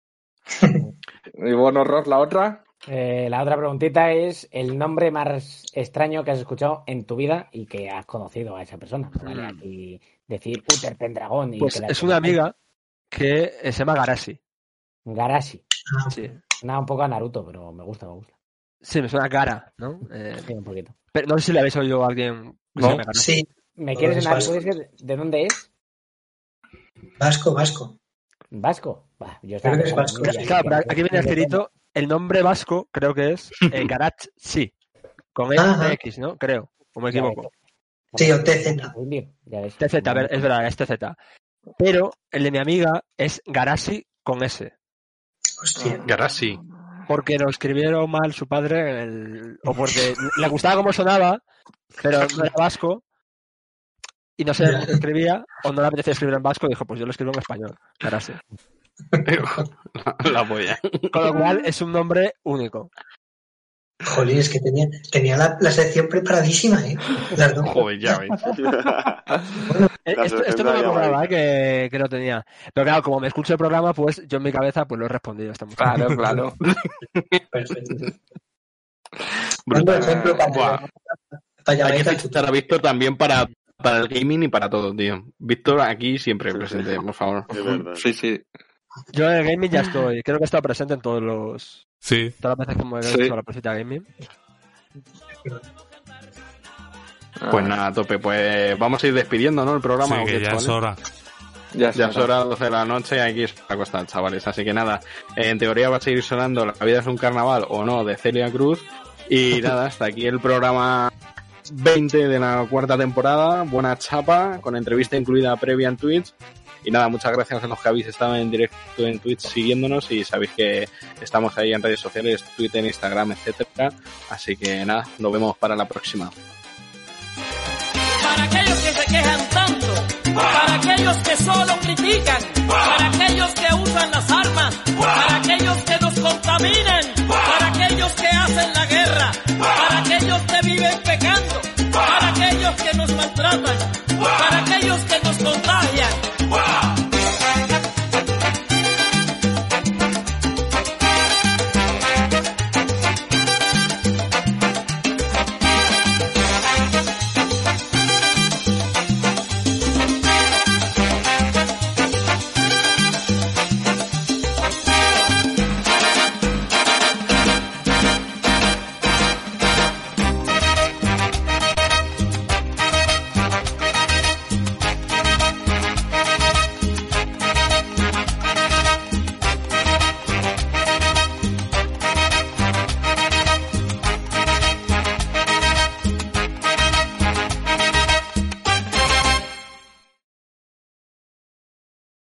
Y bueno, Ross, ¿la otra? La otra preguntita es el nombre más extraño que has escuchado en tu vida y que has conocido a esa persona. ¿Vale? Aquí decir Uther Pendragón. Y pues que es una amiga que se llama Garashi. Garashi. Sí. Suena un poco a Naruto, pero me gusta. Sí, me suena Gara, ¿no? Sí, un poquito. Pero no sé si le habéis oído a alguien. ¿No? Sí. ¿Me quieres sonar? ¿Puede ser de dónde es? Vasco. ¿Vasco? Bah, yo creo que es vasco. Claro, pero aquí viene escrito el nombre vasco, creo que es Garachi, con X, ¿no? Creo, o me equivoco. Sí, o TZ. TZ, a ver, es verdad, es TZ. Pero el de mi amiga es Garashi con S. Hostia. Garashi. Porque lo escribieron mal su padre, o porque le gustaba cómo sonaba, pero no era vasco, y no sé cómo se escribía, o no le apetecía escribir en vasco, y dijo, pues yo lo escribo en español, Garashi. La polla. Con lo cual es un nombre único. Jolín, es que tenía la sección preparadísima, ¿eh? Las dos. Joder, ya veis. Bueno, esto no me acordaba, que lo tenía. Pero claro, como me escucho el programa, pues yo en mi cabeza pues lo he respondido. Claro. Perfecto. Brutal. Ejemplo Hay que escuchar a Víctor también para el gaming y para todo, tío. Víctor aquí siempre presente, por favor. Sí. Yo en el gaming ya estoy. Creo que he estado presente en todas las veces como he hecho la Profita Gaming. Pues nada, a tope. Pues vamos a ir despidiendo, ¿no? El programa. Sí, que ya es hora. Ya es hora, 12 de la noche, y aquí es para acostar, chavales. Así que nada, en teoría va a seguir sonando La vida es un carnaval o no, de Celia Cruz. Y nada, hasta aquí el programa 20 de la 4ª temporada. Buena chapa, con entrevista incluida previa en Twitch. Y nada, muchas gracias a los que habéis estado en directo en Twitch siguiéndonos, y sabéis que estamos ahí en redes sociales, Twitter, Instagram, etcétera. Así que nada, nos vemos para la próxima. Para aquellos que se quejan tanto, para aquellos que solo critican, para aquellos que usan las armas, para aquellos que nos contaminan, para aquellos que hacen la guerra, para aquellos que viven pecando, para aquellos que nos maltratan,